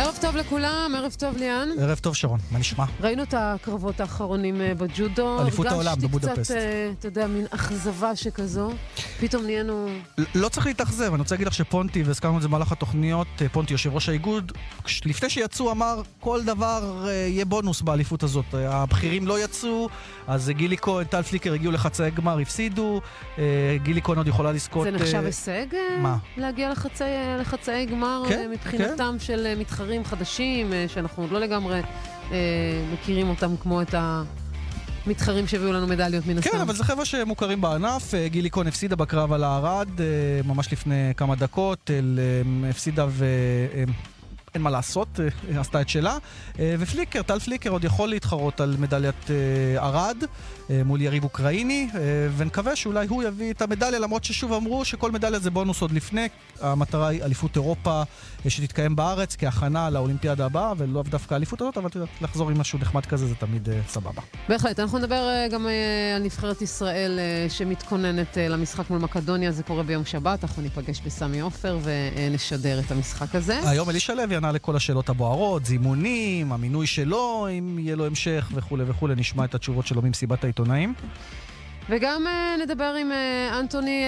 ערב טוב לכולם, ערב טוב ליאן. ערב טוב שרון, מה נשמע? ראינו את הקרבות האחרונים בג'ודו. אליפות העולם בבודפסט. הרגשתי קצת, אתה יודע, מין אכזבה שכזו. פתאום נהיינו... לא צריך להתאכזב, אני רוצה להגיד לך שפונטי, והזכרנו את זה במהלך התוכניות, פונטי, יושב ראש האיגוד, לפני שיצאו אמר, כל דבר יהיה בונוס באליפות הזאת. הבכירים לא יצאו, אז גילי כהן, טל פליקר הגיעו לחצאי גמר, הפסידו, גילי כהן עוד יכולה לזכות... זה נחשב הישג? מה? להגיע לחצאי גמר מבחינתם של מתחרים חדשים, שאנחנו עוד לא לגמרי מכירים אותם כמו את המתחרים שהביאו לנו מדליות מן הסתם. כן, אבל זה חבר'ה שמוכרים בענף. גילי כהן הפסידה בקרב על הערד, ממש לפני כמה דקות, הפסידה אין מה לעשות, עשתה את שלה. ופליקר, טל פליקר עוד יכול להתחרות על מדליית ערד מול יריב אוקראיני, ונקווה שאולי הוא יביא את המדליה, למרות ששוב אמרו שכל מדליה זה בונוס עוד לפני. המטרה היא אליפות אירופה שתתקיים בארץ כהכנה לאולימפיאדה הבאה, ולא דווקא האליפות הזאת, אבל לחזור עם משהו נחמד כזה זה תמיד סבבה. בהחלט, אנחנו נדבר גם על נבחרת ישראל שמתכוננת למשחק מול מקדוניה, זה קורה ביום שבת, אנחנו ניפגש בסמי עופר ונשדר את המשחק הזה. היום אלישע לוי ענה לכל השאלות הבוערות, זימונים, המינוי שלו, אם יהיה לו המשך וכו' וכו', נשמע את התשובות שלו ממסיבת העיתונאים. וגם נדבר עם אנטוני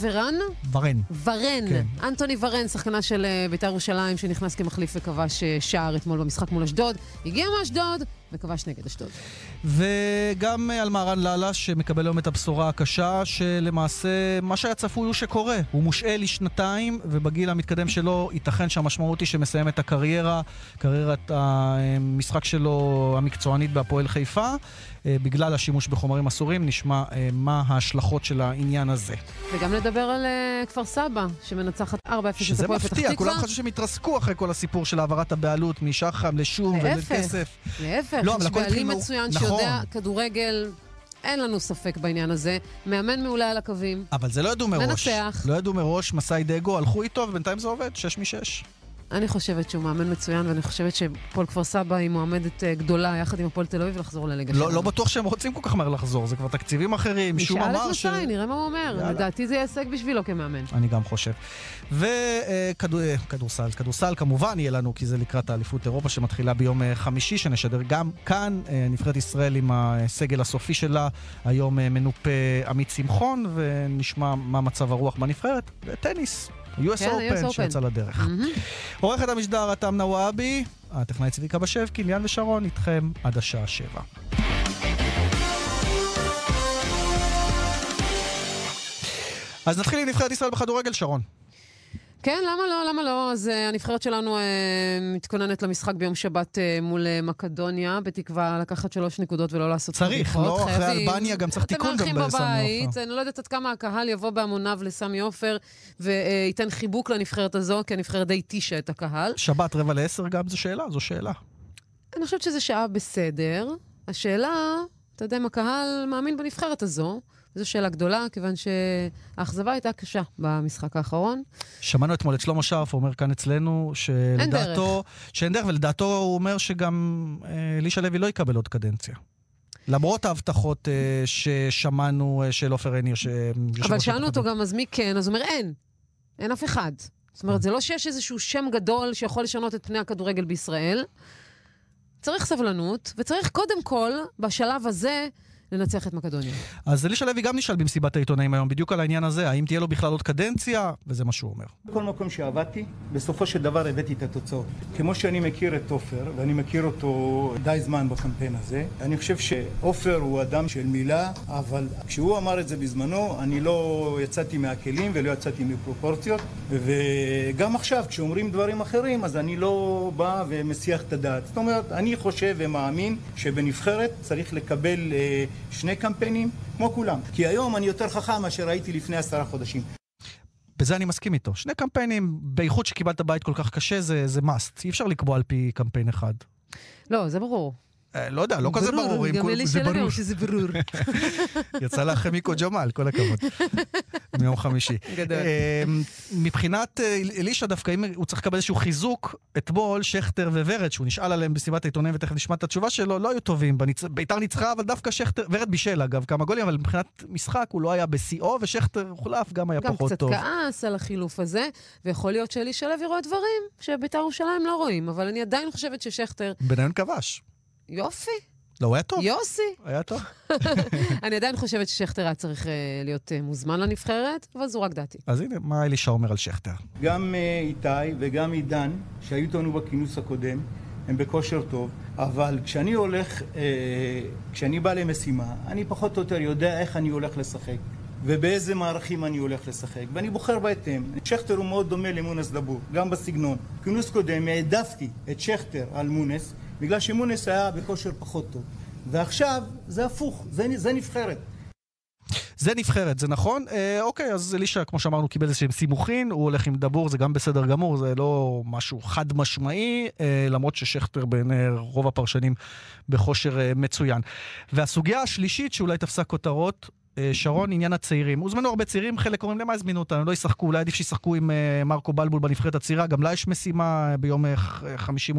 ורן. כן. אנטוני ורן, שחקנה של בית"ר ירושלים, שנכנס כמחליף וכבש שער אתמול במשחק מול אשדוד. הגיע מאשדוד וכבש נגד אשדוד. וגם על מהרן לאללה, שמקבל היום את הבשורה הקשה, שלמעשה מה שהיה צפוי הוא שקורה. הוא מושעה לשנתיים, ובגיל המתקדם שלו ייתכן שהמשמעות היא שמסיים את הקריירה, קריירת המשחק שלו המקצוענית בהפועל חיפה, בגלל השימוש בחומרים אסורים. נשמע מה ההשלכות של העניין הזה. וגם נדבר על כפר סבא, שמנצחת 4-0 את שזה הפועל פתח מפתיע, תקווה. כולם חשבו שהם התרסקו אחרי כל הסיפור של העברת הבעלות משחם לשום ולכסף. להפך, לא, אבל הכל שבעלים התחיל מצוין נכון. שיודע כדורגל, אין לנו ספק בעניין הזה. מאמן מעולה על הקווים. אבל זה לא ידעו מראש. מנצח. לא ידעו מראש, מסאי דגו, הלכו איתו ובינתיים זה עובד, 6 מ-6. אני חושבת שהוא מאמן מצוין, ואני חושבת שפועל כפר סבא היא מועמדת גדולה יחד עם הפועל תל אביב לחזור לליגה שלנו. לא בטוח שהם רוצים כל כך מהר לחזור, זה כבר תקציבים אחרים, שום אמר נשאל את מסאי, נראה מה הוא אומר. לדעתי זה יעסק בשבילו כמאמן. אני גם חושב. וכדורסל כמובן יהיה לנו, כי זה לקראת האליפות אירופה שמתחילה ביום חמישי, שנשדר גם כאן, נבחרת ישראל עם הסגל הסופי שלה, היום מנופה עמית שמחון, ונשמע מה מצב הרוח בנבחרת, וטניס. US Open שיצא לדרך. עורכת המשדר אתם נוואבי, הטכנאי צביקה בשבקי, ליאן ושרון איתכם עד השעה 7. אז נתחיל עם נבחרת ישראל בכדורגל, שרון. כן, למה לא? אז הנבחרת שלנו מתכוננת למשחק ביום שבת מול מקדוניה, בתקווה לקחת 3 נקודות ולא לעשות צריך, לא? אחרי אלבניה גם צריך תיקון גם בסמי עופר. אני לא יודעת עד כמה הקהל יבוא בהמוניו לסמי עופר, וייתן חיבוק לנבחרת הזו, כי הנבחרת די תישה את הקהל. שבת 9:45 גם זו שאלה. אני חושבת שזו שעה בסדר. השאלה, אתה יודע, אם הקהל מאמין בנבחרת הזו, זו שאלה גדולה, כיוון שהאכזבה הייתה קשה במשחק האחרון. שמענו אתמול את שלמה שרף, הוא אומר כאן אצלנו, שאין דרך, ולדעתו הוא אומר שגם אלישע לוי לא יקבל עוד קדנציה. למרות ההבטחות ששמענו של עופר עיני, אבל שאלנו אותו גם, אז מי כן? אז הוא אומר, אין אף אחד. זאת אומרת, זה לא שיש איזשהו שם גדול שיכול לשנות את פני הכדורגל בישראל. צריך סבלנות, וצריך קודם כל, בשלב הזה, לנצח את מקדוניה. אז אלישע לוי גם נשאל במסיבת העיתונאים היום, בדיוק על העניין הזה, האם תהיה לו בכלל עוד קדנציה, וזה מה שהוא אומר. בכל מקום שעבדתי, בסופו של דבר הבאתי את התוצאות. כמו שאני מכיר את עופר, ואני מכיר אותו די זמן בקמפיין הזה, אני חושב שעופר הוא אדם של מילה, אבל כשהוא אמר את זה בזמנו, אני לא יצאתי מהכלים ולא יצאתי מפרופורציות, וגם עכשיו, כשאומרים דברים אחרים, אז אני לא בא ומסיח את הדעת. זאת אומרת, אני חושב ומאמין שבנבחרת צריך לקבל 2 קמפיינים, כמו כולם. כי היום אני יותר חכם מאשר הייתי לפני 10 חודשים. בזה אני מסכים איתו. 2 קמפיינים, בייחוד שקיבלת בית כל כך קשה, זה must. אי אפשר לקבוע על פי קמפיין אחד. לא, זה ברור. לא יודע, לא כזה ברור. גם אלי שלם או שזה ברור. יצא לכם מיקו ג'מאל, כל הכבוד. מיום חמישי. גדול. מבחינת אלישה דווקא, אם הוא צריך לקבל איזשהו חיזוק, אתמול שכטר וורד, שהוא נשאל עליהם בסביבת העיתונאים, ותכף נשמע את התשובה שלו, לא היו טובים. ביתר ניצחה, אבל דווקא שכטר, ורד בישל אגב, כמה גולים, אבל מבחינת משחק הוא לא היה בשיאו, ושכטר הוחלף, גם היה פחות טוב. גם קצת כעס על החילוף הזה, ויכול להיות שאלישה לוי רואה דברים שביתר ירושלים לא רואים, אבל אני עדיין חושבת ששכטר... בניון כבש. יופי. לא, הוא היה טוב. יוסי. היה טוב. אני עדיין חושבת ששכטר היה צריך להיות מוזמן לנבחרת, אבל זו רק דעתי. אז הנה, מה אלישה אומר על שכטר? גם איתי וגם עידן, שהיו איתנו בכינוס הקודם, הם בכושר טוב, אבל כשאני בא למשימה, אני פחות או יותר יודע איך אני הולך לשחק, ובאיזה מערכים אני הולך לשחק, ואני בוחר בהתאם. שכטר הוא מאוד דומה למונס דבור, גם בסגנון. בכינוס קודם העדפתי את שכטר על מונס, בגלל שמונס היה בכושר פחות טוב. ועכשיו זה הפוך, זה נבחרת. זה נבחרת, זה נכון. אוקיי, אז אלישה, כמו שאמרנו, קיבל איזשהם סימוכין, הוא הולך עם דבור, זה גם בסדר גמור, זה לא משהו חד משמעי, למרות ששכטר בין רוב הפרשנים בכושר מצוין. והסוגיה השלישית שאולי תפסה כותרות, שרון, עניין הצעירים. הוזמנו הרבה צעירים, חלק אומרים למה הזמינו אותנו, לא ישחקו, אולי עדיף שישחקו עם מרקו בלבול בנבחרת הצעירה, גם לה יש משימה ביום חמישי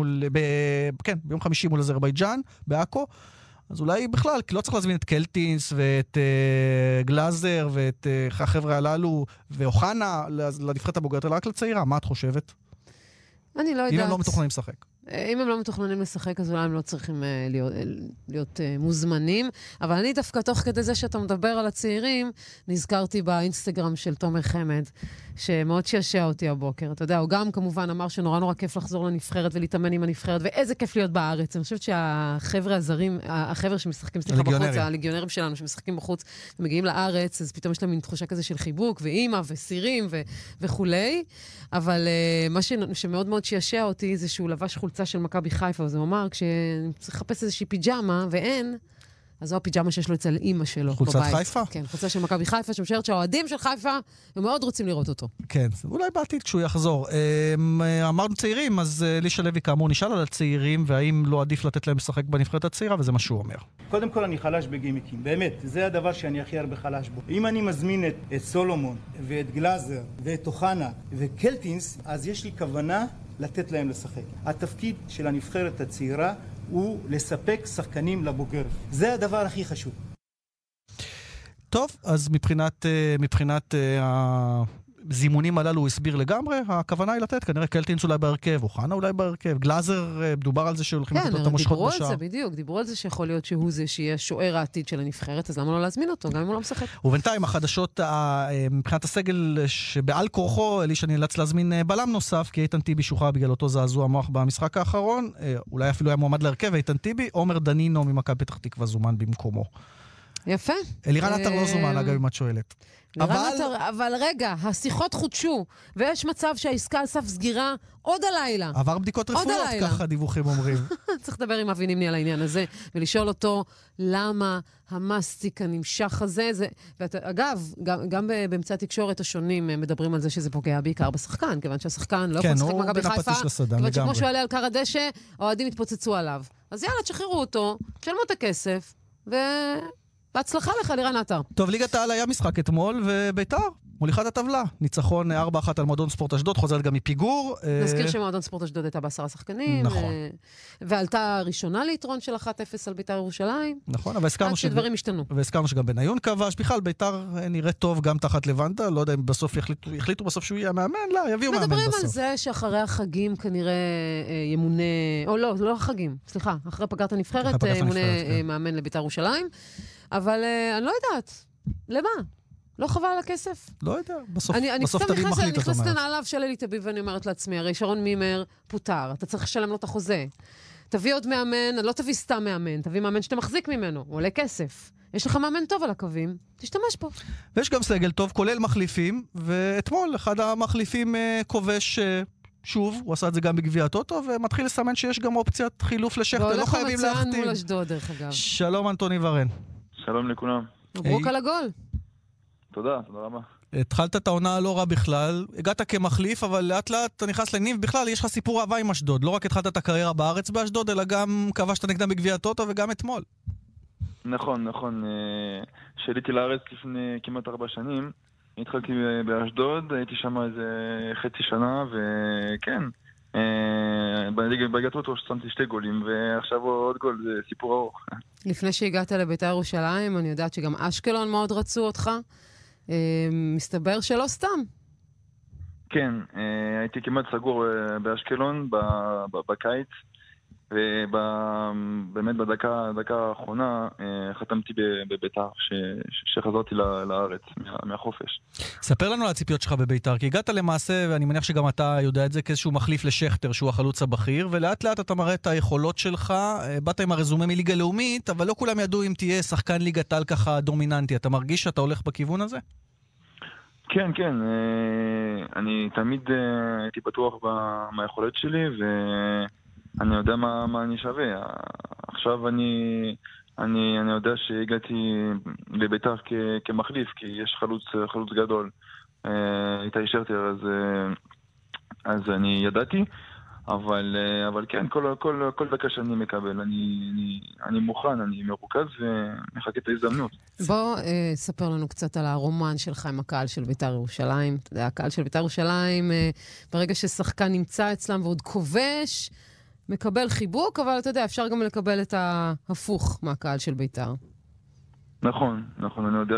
מול אזרבייג'אן, בעכו. אז אולי בכלל, לא צריך להזמין את קלטינס ואת גלאזר ואת החבר'ה הללו ואוחנה לנבחרת הבוגרת, אלא רק לצעירה. מה את חושבת? אני לא יודעת. אם הם לא מתוכננים לשחק. אם הם לא מתוכננים לשחק, אז אולי הם לא צריכים להיות מוזמנים. אבל אני דווקא תוך כדי זה שאתה מדבר על הצעירים, נזכרתי באינסטגרם של תומר חמד, שמאוד שישע אותי הבוקר. אתה יודע, הוא גם כמובן אמר שנורא נורא כיף לחזור לנבחרת ולהתאמן עם הנבחרת, ואיזה כיף להיות בארץ. אני חושבת שהחבר'ה הזרים, החבר'ה שמשחקים בחוץ, הליגיונרים שלנו שמשחקים בחוץ, ומגיעים לארץ, אז פתאום יש להם מין תחושה כזה של חיבוק, ואימא, וסירים, וכולי. אבל מה שמאוד מאוד שישע אותי, זה שהוא לבש חולצה של מכבי חיפה, וזה אומר, כשצריך לחפש איזושהי פיג'מה, ואין, אז זו הפיג'מה שיש לו אצל אימא שלו בבית. חולצת חיפה? כן, חולצה של מכבי חיפה, שמשארת שהאוהדים של חיפה, הם מאוד רוצים לראות אותו. כן, אולי בעתיד כשהוא יחזור. אמרנו צעירים, אז אלישה לוי כאמור נשאל על הצעירים, והאם לא עדיף לתת להם לשחק בנבחרת הצעירה, וזה מה שהוא אומר. קודם כל אני חלש בגימיקים, באמת, זה הדבר שאני הכי הרבה חלש בו. אם אני מזמין את סולומון, ואת גלאזר, ואת אוחנה, וקלטינס, אז יש לי כוונה לתת להם לשחק. התפקיד של הנבחרת הצעירה הוא לספק שחקנים לבוגר. זה הדבר הכי חשוב. טוב, אז מבחינת הזימונים הללו הוא הסביר לגמרי, הכוונה היא לתת, כנראה קלטינס אולי בהרכב, אוחנה אולי בהרכב, גלאזר, דובר על זה שהולכים לתת את המושכות בשער. כן, דיברו על זה בדיוק, דיברו על זה שיכול להיות שהוא זה שיהיה שוער העתיד של הנבחרת, אז למה לא להזמין אותו, גם אם הוא לא משחק. ובינתיים החדשות, מבחינת הסגל שבעל כורחו, אלישה נאלץ להזמין בלם נוסף, כי איתן טיבי שוחרר בגלל אותו זעזוע מוח במשחק האחרון, אולי אפילו היה מועמד להרכב, איתן טיבי, עומר דנינו ממכבי פתח תקווה זומן במקומו. יפה. אלירן עטר לא זומן, אגב, אם את שואלת. אבל רגע, השיחות חודשו, ויש מצב שהעסקה על סף סגירה עוד הלילה. עבר בדיקות רפואיות, ככה דיווחים אומרים. צריך לדבר עם אבי נימני על העניין הזה, ולשאול אותו למה המסטיק הנמשך הזה. ואגב, גם באמצעי התקשורת השונים מדברים על זה שזה פוגע בעיקר בשחקן, כיוון שהשחקן לא יכול לשחק מכבי חיפה, כיוון שכמו שהוא יעלה על קר הדשא, האוהדים התפוצצו עליו. אז יאללה, תשחררו אותו, תשלמו את הכסף, בהצלחה לך, לירן עטר. טוב, ליגת העל היה משחק אתמול, וביתר, מוליכת הטבלה. ניצחון 4-1 על מועדון ספורט אשדוד, חוזרת גם מפיגור. נזכיר שמועדון ספורט אשדוד הייתה ב10 שחקנים. נכון. ועלתה ראשונה ליתרון של 1-0 על ביתר ירושלים. נכון, אבל הזכרנו שדברים השתנו. והזכרנו שגם בניון כבש. בכלל, ביתר נראה טוב גם תחת לבנדה. לא יודע אם בסוף יחליטו בסוף שהוא יהיה מאמן. לא, יביאו מאמן בסוף. מדברים על זה שאחרי החגים כנראה ימונה, או לא החגים, סליחה, אחרי פגרת הנבחרת ימונה מאמן לביתר ירושלים. אבל אני לא יודעת. למה? לא חבל על הכסף? לא יודע. בסוף תמיד מחליט. אני נכנסת לנעליו של אלי תביב ואני אומרת לעצמי, הרי שרון מימר פוטר, אתה צריך לשלם לו את החוזה. תביא עוד מאמן, לא תביא סתם מאמן, תביא מאמן שאתה מחזיק ממנו, הוא עולה כסף. יש לך מאמן טוב על הקווים, תשתמש בו. ויש גם סגל טוב, כולל מחליפים, ואתמול אחד המחליפים כובש שוב, הוא עשה את זה גם בגביע הטוטו, ומתחיל לסמן שיש גם אופציית חילוף לשכטר, לא חייבים להחתים. והולך המצוין מול אשדוד, דרך אגב. שלום אנטוני ורן. שלום לכולם. מברוק על הגול. תודה רבה. התחלת את העונה לא רע בכלל, הגעת כמחליף, אבל לאט לאט אתה נכנס לניב, בכלל יש לך סיפור אהבה עם אשדוד, לא רק התחלת את הקריירה בארץ באשדוד, אלא גם כבשת נגדם בגביע הטוטו וגם אתמול. נכון. שעליתי לארץ לפני כמעט 4 שנים, התחלתי באשדוד, הייתי שם איזה חצי שנה, וכן, בגביע הטוטו שמתי 2 גולים, ועכשיו עוד גול, זה סיפור ארוך. לפני שהגעת לבית"ר ירושלים, אני יודעת שגם אשקלון מאוד רצו אותך. מסתבר שלא סתם. כן, הייתי כמעט סגור באשקלון בקיץ, ובאמת בדקה האחרונה חתמתי בבית"ר שחזרתי לארץ מהחופש. ספר לנו על הציפיות שלך בבית"ר, כי הגעת למעשה, ואני מניח שגם אתה יודע את זה, כאיזשהו מחליף לשכטר, שהוא החלוץ הבכיר, ולאט לאט אתה מראה את היכולות שלך, באת עם הרזומה מליגה לאומית, אבל לא כולם ידעו אם תהיה שחקן ליגת העל ככה דומיננטי. אתה מרגיש שאתה הולך בכיוון הזה? כן, אני תמיד הייתי בטוח מהיכולת שלי, ואני יודע מה אני שווה. עכשיו אני יודע שהגעתי לבית"ר כמחליף, כי יש חלוץ גדול, איתי שרטר, אז אני ידעתי, אבל כן, כל דקה שאני מקבל, אני מוכן, אני מרוכז ומחכה את ההזדמנות. בוא ספר לנו קצת על הרומן שלך עם הקהל של בית"ר ירושלים. אתה יודע, הקהל של בית"ר ירושלים, ברגע ששחקן נמצא אצלם ועוד כובש, מקבל חיבוק, אבל אתה יודע, אפשר גם לקבל את ההפוך מהקהל של בית"ר. נכון, אני יודע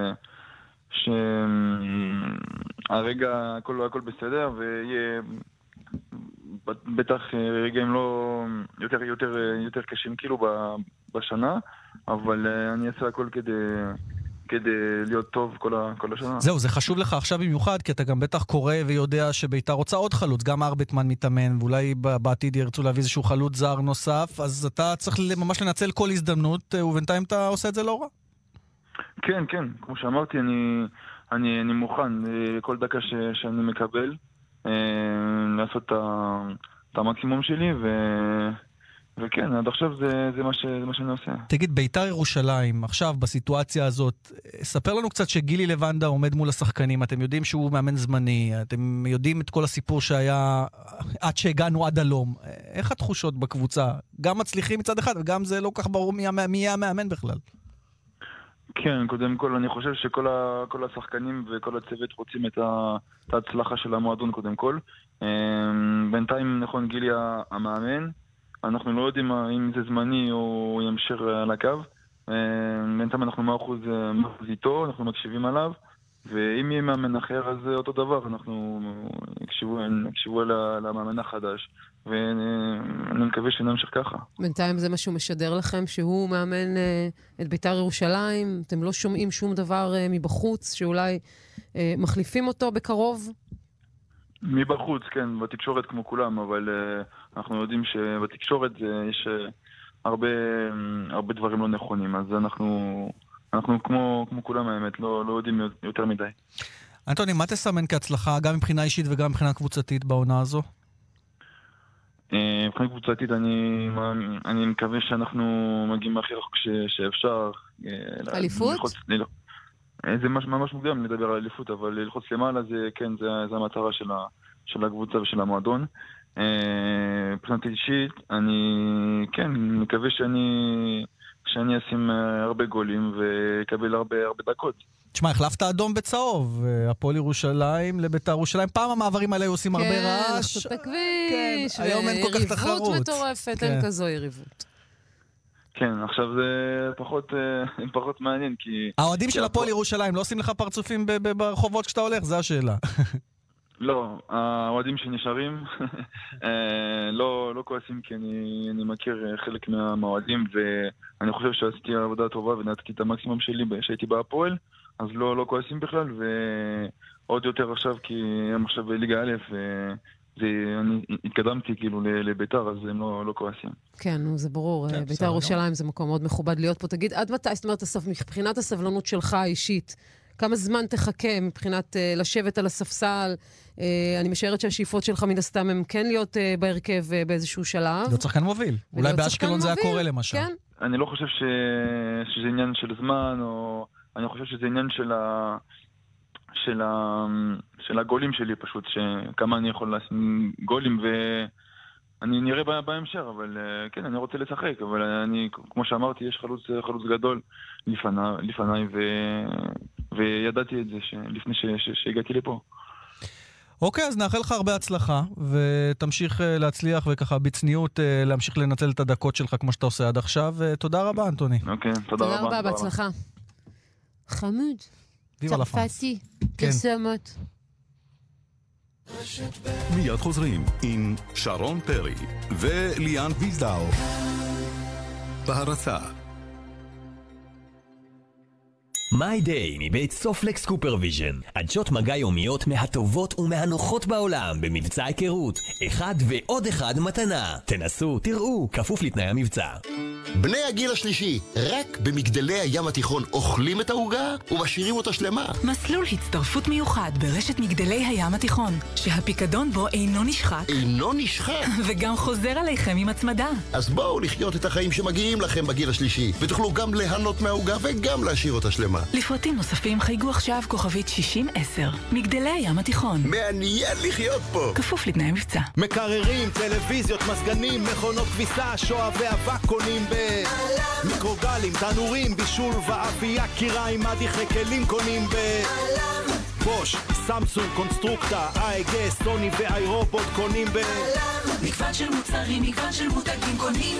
שהרגע הכל בסדר, ויהיה בטח רגעים לא יותר קשים כאילו בשנה, אבל אני אעשה הכל כדי להיות טוב כל השנה. זהו, זה חשוב לך עכשיו במיוחד, כי אתה גם בטח קורא ויודע שבית"ר רוצה עוד חלוץ, גם ארבטמן מתאמן, ואולי בעתיד ירצו להביא איזשהו חלוץ זר נוסף, אז אתה צריך ממש לנצל כל הזדמנות, ובינתיים אתה עושה את זה לא רע. כן, כמו שאמרתי, אני מוכן כל דקה שאני מקבל, לעשות את המקסימום שלי, וכן, עד עכשיו זה מה שאני עושה. תגיד, בית"ר ירושלים, עכשיו בסיטואציה הזאת, ספר לנו קצת שגילי לבנדה עומד מול השחקנים, אתם יודעים שהוא מאמן זמני, אתם יודעים את כל הסיפור שהיה עד שהגענו עד הלום. איך התחושות בקבוצה? גם מצליחים מצד אחד, וגם זה לא כך ברור מי יהיה המאמן בכלל. כן, קודם כל אני חושב שכל השחקנים וכל הצוות רוצים את ההצלחה של המועדון קודם כל. בינתיים, נכון, גילי המאמן, אנחנו לא יודעים אם זה זמני או ימשיך על הקו. בינתיים אנחנו 100% איתו, אנחנו מקשיבים עליו, ואם יהיה מאמן אחר אז אותו דבר, אנחנו נקשיבו למאמן החדש, ואני מקווה שנמשיך ככה. בינתיים זה משהו משדר לכם שהוא מאמן את בית"ר ירושלים, אתם לא שומעים שום דבר מבחוץ, שאולי מחליפים אותו בקרוב? מבחוץ, כן, בתקשורת כמו כולם, אבל אנחנו יודעים שבתקשורת יש הרבה דברים לא נכונים, אז אנחנו כמו כולם האמת, לא יודעים יותר מדי. אנטוני, מה תסמן כהצלחה, גם מבחינה אישית וגם מבחינה קבוצתית בעונה הזו? מבחינה קבוצתית אני מקווה שאנחנו מגיעים הכי רחוק שאפשר. אליפות? זה ממש מוקדם לדבר על אליפות, אבל ללחוץ למעלה זה המטרה של הקבוצה ושל המועדון. מבחינת אישית, אני מקווה שאני אשים הרבה גולים ויקבל הרבה דקות. תשמע, החלפת אדום בצהוב, הפועל ירושלים לבית"ר ירושלים. פעם המעברים האלה עושים הרבה רעש. כן, לחצות את הכביש, היום אין כל כך תחרות. ויריבות מטורפת, אין כזו יריבות. כן, עכשיו זה פחות מעניין, כי... האוהדים של הפועל ירושלים לא עושים לך פרצופים ברחובות כשאתה הולך? זו השאלה. לא, האוהדים שנשארים לא כועסים, כי אני מכיר חלק מהאוהדים, ואני חושב שעשיתי עבודה טובה ונתתי את המקסימום שלי שהייתי בהפועל, אז לא כועסים בכלל, ועוד יותר עכשיו, כי הם עכשיו בליגה א', אני התקדמתי כאילו לביתר, אז הם לא כועסים. כן, זה ברור. ביתר ירושלים זה מקום מאוד מכובד להיות פה. תגיד, עד מתי, זאת אומרת, מבחינת הסבלנות שלך האישית, כמה זמן תחכה מבחינת לשבת על הספסל? אני משערת שהשאיפות שלך מן הסתם הם כן להיות בהרכב באיזשהו שלב. לא צריך כאן מוביל. אולי באשקלון זה היה קורה למשל. כן? אני לא חושב שזה עניין של זמן, או אני חושב שזה עניין של הגולים שלי פשוט, שכמה אני יכול לשים גולים, ואני נראה בהמשך, אבל כן, אני רוצה לשחק, אבל אני, כמו שאמרתי, יש חלוץ גדול לפניי, וידעתי את זה לפני שהגעתי לפה. אוקיי, אז נאחל לך הרבה הצלחה, ותמשיך להצליח וככה בצניעות להמשיך לנצל את הדקות שלך כמו שאתה עושה עד עכשיו, ותודה רבה, אנטוני. אוקיי, תודה רבה. תודה רבה, בהצלחה. חמוד. צרפתי, פרסומות. מיד חוזרים עם שרון פרי וליאן ויזדאו. בהרצה. My Day מבית סופלקס קופרוויז'ן. עדשות מגע יומיות מהטובות ומהנוחות בעולם במבצע היכרות. אחד ועוד אחד מתנה. תנסו, תראו, כפוף לתנאי המבצע. בני הגיל השלישי, רק במגדלי הים התיכון אוכלים את העוגה ומשאירים אותה שלמה. מסלול הצטרפות מיוחד ברשת מגדלי הים התיכון, שהפיקדון בו אינו נשחק. אינו נשחק? וגם חוזר עליכם עם הצמדה. אז בואו לחיות את החיים שמגיעים לכם בגיל השלישי, ותוכלו גם ליהנות מהעוגה וגם להשאיר אותה שלמה. לפרטים נוספים חייגו עכשיו כוכבית 6010. מגדלי הים התיכון. מעניין לחיות פה. כפוף לתנאי מבצע. מקררים, טלוויזיות, מזגנים, מכונות כביסה, שואבי אבק קונים מיקרוגלים, תנורים, בישול ואפייה, קיריים, מדיחי כלים קונים בוש, סמסונג, קונסטרוקטה, AEG, סוני ואיירופוד קונים מגוון של מוצרים, מגוון של מותגים קונים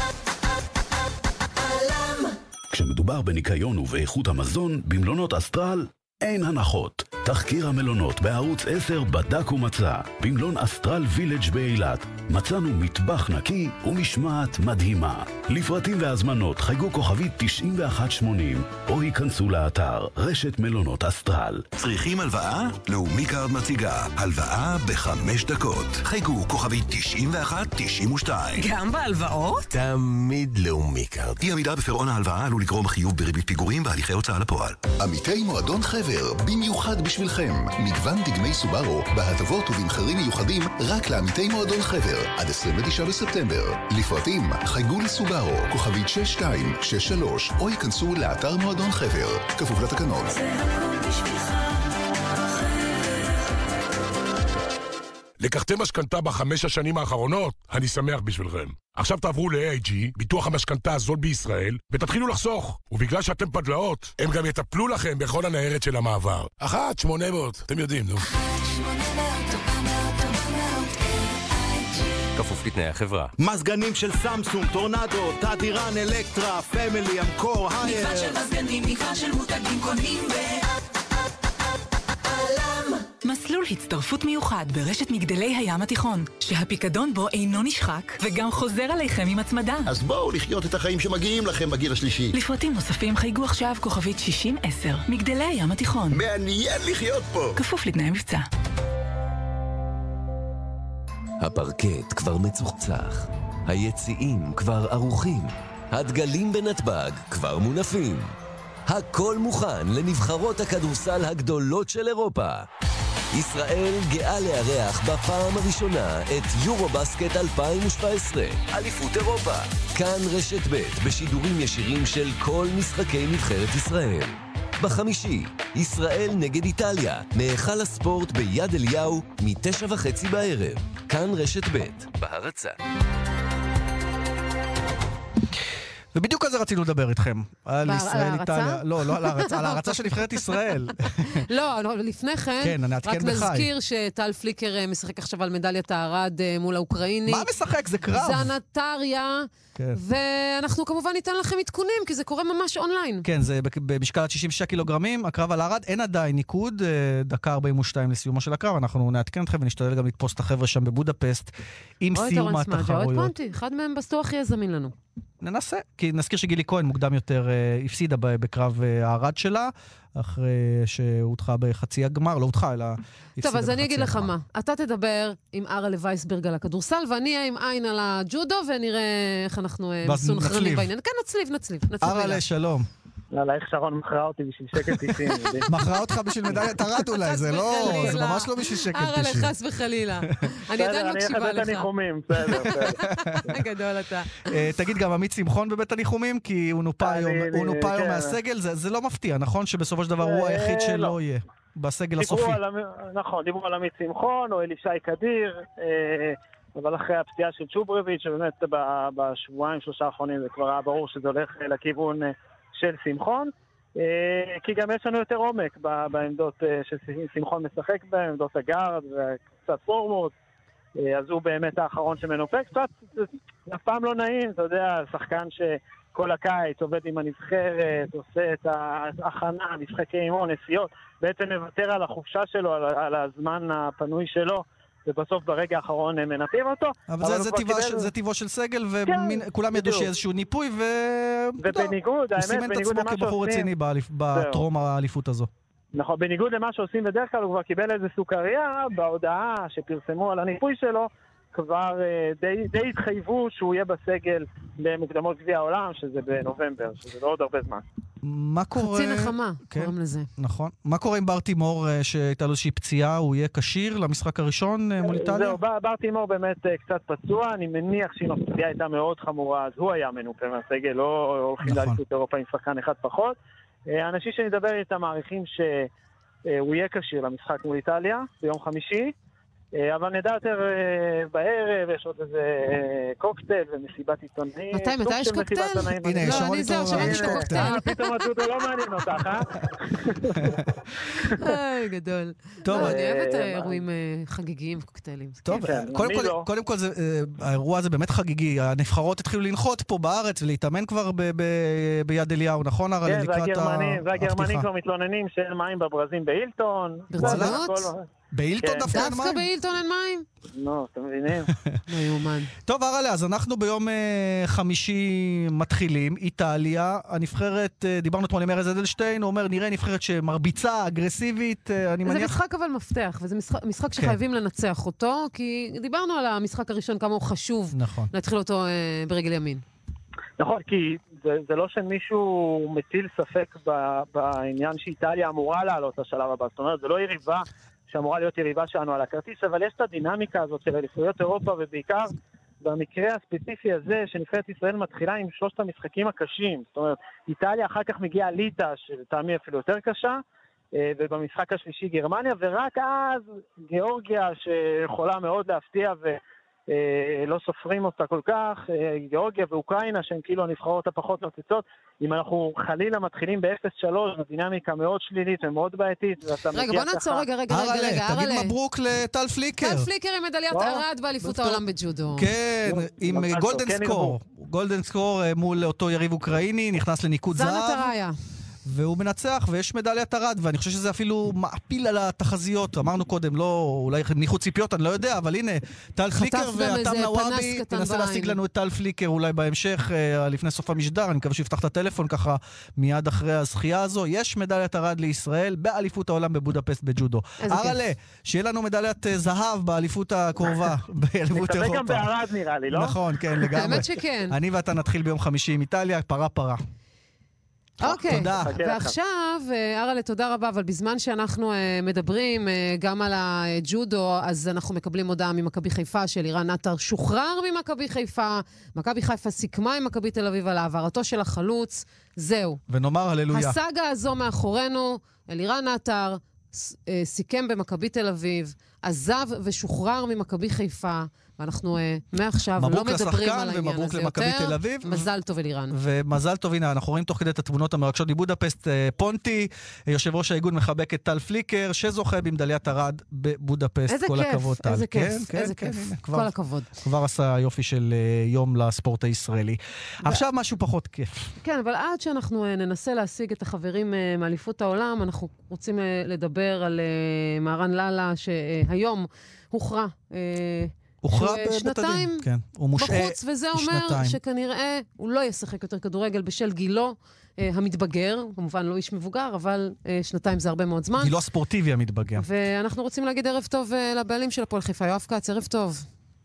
כשמדובר בניקיון ובאיכות המזון, במלונות אסטרל אין הנחות. תחקיר המלונות בערוץ 10 בדק ומצא. במלון אסטרל וילג' באילת מצאנו מטבח נקי ומשמעת מדהימה. לפרטים והזמנות חייגו כוכבית 9180 או ייכנסו לאתר רשת מלונות אסטרל. צריכים הלוואה? לאומי קארד מציגה הלוואה ב5 דקות. חייגו כוכבית 9192. גם בהלוואות? תמיד לאומי קארד. אי עמידה בפירעון ההלוואה עלול לגרום חיוב בריבית פיגורים והליכי הוצאה לפועל. עמיתי מועדון חבר, במיוחד בשבילכם. מגוון דגמי סובארו, בהטבות ובמחירים מיוחדים רק לעמיתי מועדון חבר. עד 29 בספטמבר. לפרטים, חייגו לסובארו, כוכבית 6263, או ייכנסו לאתר מועדון חבר. כפוף לתקנון. זה הכל בשבילך. לקחתם משכנתה ב5 השנים האחרונות? אני שמח בשבילכם. עכשיו תעברו ל-AIG, ביטוח המשכנתה הזול בישראל, ותתחילו לחסוך. ובגלל שאתם פדלאות, הם גם יטפלו לכם בכל הניירת של המעבר. 1-800, אתם יודעים, נו. 1-800-400-400 כפוף לתנאי החברה. מזגנים של סמסונג, טורנדו, תדירן, אלקטרה, פמילי, אמקור, הייר. מגוון של מזגנים, מגוון של מותגים קונים מסלול הצטרפות מיוחד ברשת מגדלי הים התיכון, שהפיקדון בו אינו נשחק וגם חוזר עליכם עם הצמדה. אז בואו לחיות את החיים שמגיעים לכם בגיל השלישי. לפרטים נוספים חייגו עכשיו כוכבית 6010. מגדלי הים התיכון. מעניין לחיות פה. כפוף לתנאי מבצע. הפרקט כבר מצוחצח, היציעים כבר ערוכים, הדגלים בנתב"ג כבר מונפים. הכל מוכן לנבחרות הכדורסל הגדולות של אירופה. ישראל גאה לארח בפעם הראשונה את יורובסקט 2017, אליפות אירופה. כאן רשת ב' בשידורים ישירים של כל משחקי נבחרת ישראל. בחמישי, ישראל נגד איטליה, מהיכל הספורט ביד אליהו, 9:30 בערב. כאן רשת ב' בהרצה. ובדיוק על זה רצינו לדבר איתכם. על ישראל איטליה. לא, על ההרצה של נבחרת ישראל. לא, לפני כן, רק נזכיר שטל פליקר משחק עכשיו על מדליית הארד מול האוקראיני. מה משחק? זה קרב. זה הנטריה. ואנחנו כמובן ניתן לכם עדכונים, כי זה קורה ממש אונליין. כן, זה במשקל 66 קילוגרמים, הקרב על הארד, אין עדיין ניקוד, דקה 42 לסיומו של הקרב, אנחנו נעדכן אתכם ונשתדל גם לתפוס את החבר'ה שם בבודפסט, עם סיום התחרויות. אחד מהם בסטוח יהיה זמין לנו. ננסה, כי נזכיר שגילי כהן מוקדם יותר הפסידה בקרב הארד שלה, אחרי שהודחה בחצי הגמר, לא הודחה, אלא הפסידה בחצי הגמר. טוב, אז אני אגיד לך מה, אתה תדבר עם ארלה וייסברג על הכדורסל, ואני אהיה עם עין על הג'ודו, ונראה איך אנחנו מסונכרנים בעניין. כן, נצליב. ארלה, שלום. לא, איך שרון מכרה אותי בשביל שקל 90. מכרה אותך בשביל מדליית ארד אולי, זה ממש לא בשביל שקל 90. ארלה, חס וחלילה. אני עדיין מקשיבה לך. אני אחת הניחומים, בסדר. גדול אתה. תגיד, גם עמית שמחון בבית הניחומים, כי הוא נופה היום מהסגל, זה לא מפתיע, נכון? שבסופו של דבר הוא היחיד שלא יהיה. בסגל הסופי. נכון, דיברו על עמית שמחון או אלישי קדיר, אבל אחרי הפציעה של צ'וברביץ', שבאמת בשבועיים שלושה האחרונים זה כבר היה ברור שזה הולך לכיוון של שמחון, כי גם יש לנו יותר עומק בעמדות ששמחון משחק בהן, עמדות הגארד וקצת פורמות, אז הוא באמת האחרון שמנופק. קצת, אף פעם לא נעים, אתה יודע, שחקן שכל הקיץ עובד עם הנבחרת, עושה את ההכנה, משחקי אימון, נסיעות, בעצם מוותר על החופשה שלו, על הזמן הפנוי שלו, ובסוף ברגע האחרון מנפים אותו. אבל זה טבעו של סגל, וכולם ידעו שאיזשהו ניפוי, ובניגוד, האמת, סימן את עצמו כבחור רציני בטרום האליפות הזו. נכון, בניגוד למה שעושים בדרך כלל, הוא כבר קיבל איזה סוכריה, בהודעה שפרסמו על הניפוי שלו, כבר די התחייבו שהוא יהיה בסגל למוקדמות גביע העולם, שזה בנובמבר, שזה לא עוד הרבה זמן. מה קורה... חצי נחמה, קוראים לזה. נכון. מה קורה עם בר תימור, שהייתה לו איזושהי פציעה, הוא יהיה כשיר למשחק הראשון מול איטליה? זהו, בר תימור באמת קצת פצוע, אני מניח שאם הפציעה הייתה מאוד חמורה, אז הוא היה מנופה מהסגל, לא הולכים לאליפות אירופה עם שחקן אחד פחות. האנשים שנדבר איתם מעריכים שהוא יהיה כשיר למשחק מול איטליה ביום חמישי, אבל נדע יותר בערב, יש עוד איזה קוקטייל ומסיבת עיתונאים. מתי יש קוקטייל? הנה, יש לא, אני זהו, שמעתי את הקוקטייל. פתאום הג'ודו לא מעניין אותך, גדול. טוב, אני אוהבת אירועים חגיגיים וקוקטיילים. טוב, קודם כל האירוע הזה באמת חגיגי. הנבחרות התחילו לנחות פה בארץ ולהתאמן כבר ביד אליהו, נכון? כן, והגרמנים כבר מתלוננים שאין מים בברזים באילטון. ברצינות? באילטון דווקא אין מים? דווקא באילטון אין מים? לא, אתם מבינים. לא יאומן. טוב, הרלה, אז אנחנו ביום חמישי מתחילים, איטליה, הנבחרת, דיברנו אתמול עם ארז אדלשטיין, הוא אומר, נראה נבחרת שמרביצה, אגרסיבית, אני מניח... זה משחק אבל מפתח, וזה משחק שחייבים לנצח אותו, כי דיברנו על המשחק הראשון, כמה הוא חשוב להתחיל אותו ברגל ימין. נכון, כי זה לא שמישהו מטיל ספק בעניין שאיטליה אמורה לעלות לשלב הבא, זאת אומרת, זה לא יריבה שאמורה להיות יריבה שלנו על הכרטיס, אבל יש את הדינמיקה הזאת של אליפויות אירופה, ובעיקר במקרה הספציפי הזה, שנבחרת ישראל מתחילה עם שלושת המשחקים הקשים. זאת אומרת, איטליה אחר כך מגיעה ליטא, שלטעמי אפילו יותר קשה, ובמשחק השלישי גרמניה, ורק אז גיאורגיה, שיכולה מאוד להפתיע ולא סופרים אותה כל כך, גיאורגיה ואוקראינה, שהן כאילו הנבחרות הפחות נוצצות, אם אנחנו חלילה מתחילים ב-0-3, דינמיקה מאוד שלילית ומאוד בעייתית. רגע, בוא נעצור, רגע. תגיד מברוק לטל פליקר. טל פליקר עם מדליית ארד באליפות העולם בג'ודו. כן, עם גולדן סקור מול אותו יריב אוקראיני, נכנס לניקוד זהב. זן התראיה. והוא מנצח, ויש מדליית ארד, ואני חושב שזה אפילו מעפיל על התחזיות. אמרנו קודם, לא, אולי ניחו ציפיות, אני לא יודע, אבל הנה, טל פליקר ואתם נוואבי, תנסה להשיג לנו את טל פליקר אולי בהמשך, לפני סוף המשדר, אני מקווה שיפתח את הטלפון ככה מיד אחרי הזכייה הזו. יש מדליית ארד לישראל באליפות העולם בבודפסט בג'ודו. הרלה, שיהיה לנו מדליית זהב באליפות הקרובה, באליפות אירופה. נקווה גם בארד נראה לי, לא? נכון, כן, לגמרי. האמת שכן. אני ואתה נתחיל ביום חמישי עם איטליה, פרה. אוקיי, ועכשיו, ארלה, תודה רבה, אבל בזמן שאנחנו מדברים גם על הג'ודו, אז אנחנו מקבלים הודעה ממכבי חיפה של לירן נטר שוחרר ממכבי חיפה, מכבי חיפה סיכמה עם מכבי תל אביב על העברתו של החלוץ, זהו. ונאמר הללויה. הסאגה הזו מאחורינו, לירן נטר סיכם במכבי תל אביב, עזב ושוחרר ממכבי חיפה, ואנחנו מעכשיו לא מדברים על העניין הזה יותר. מזל טוב אלירן. ומזל טוב, הנה, אנחנו רואים תוך כדי את התמונות המרגשות מבודפסט. פונטי, יושב ראש האיגוד, מחבק את טל פליקר, שזוכה במדליית ארד בבודפסט. כל הכבוד, טל. איזה כיף, איזה כיף. כל הכבוד. כבר עשה יופי של יום לספורט הישראלי. עכשיו משהו פחות כיף. כן, אבל עד שאנחנו ננסה להשיג את החברים מאליפות העולם, אנחנו רוצים לדבר על מהרן ללה, שהיום הוכרע שנתיים בחוץ, וזה אומר שכנראה הוא לא ישחק יותר כדורגל בשל גילו המתבגר, כמובן לא איש מבוגר, אבל שנתיים זה הרבה מאוד זמן. גילו הספורטיבי המתבגר. ואנחנו רוצים להגיד ערב טוב לבעלים של הפועל חיפה, יואב כץ, ערב טוב.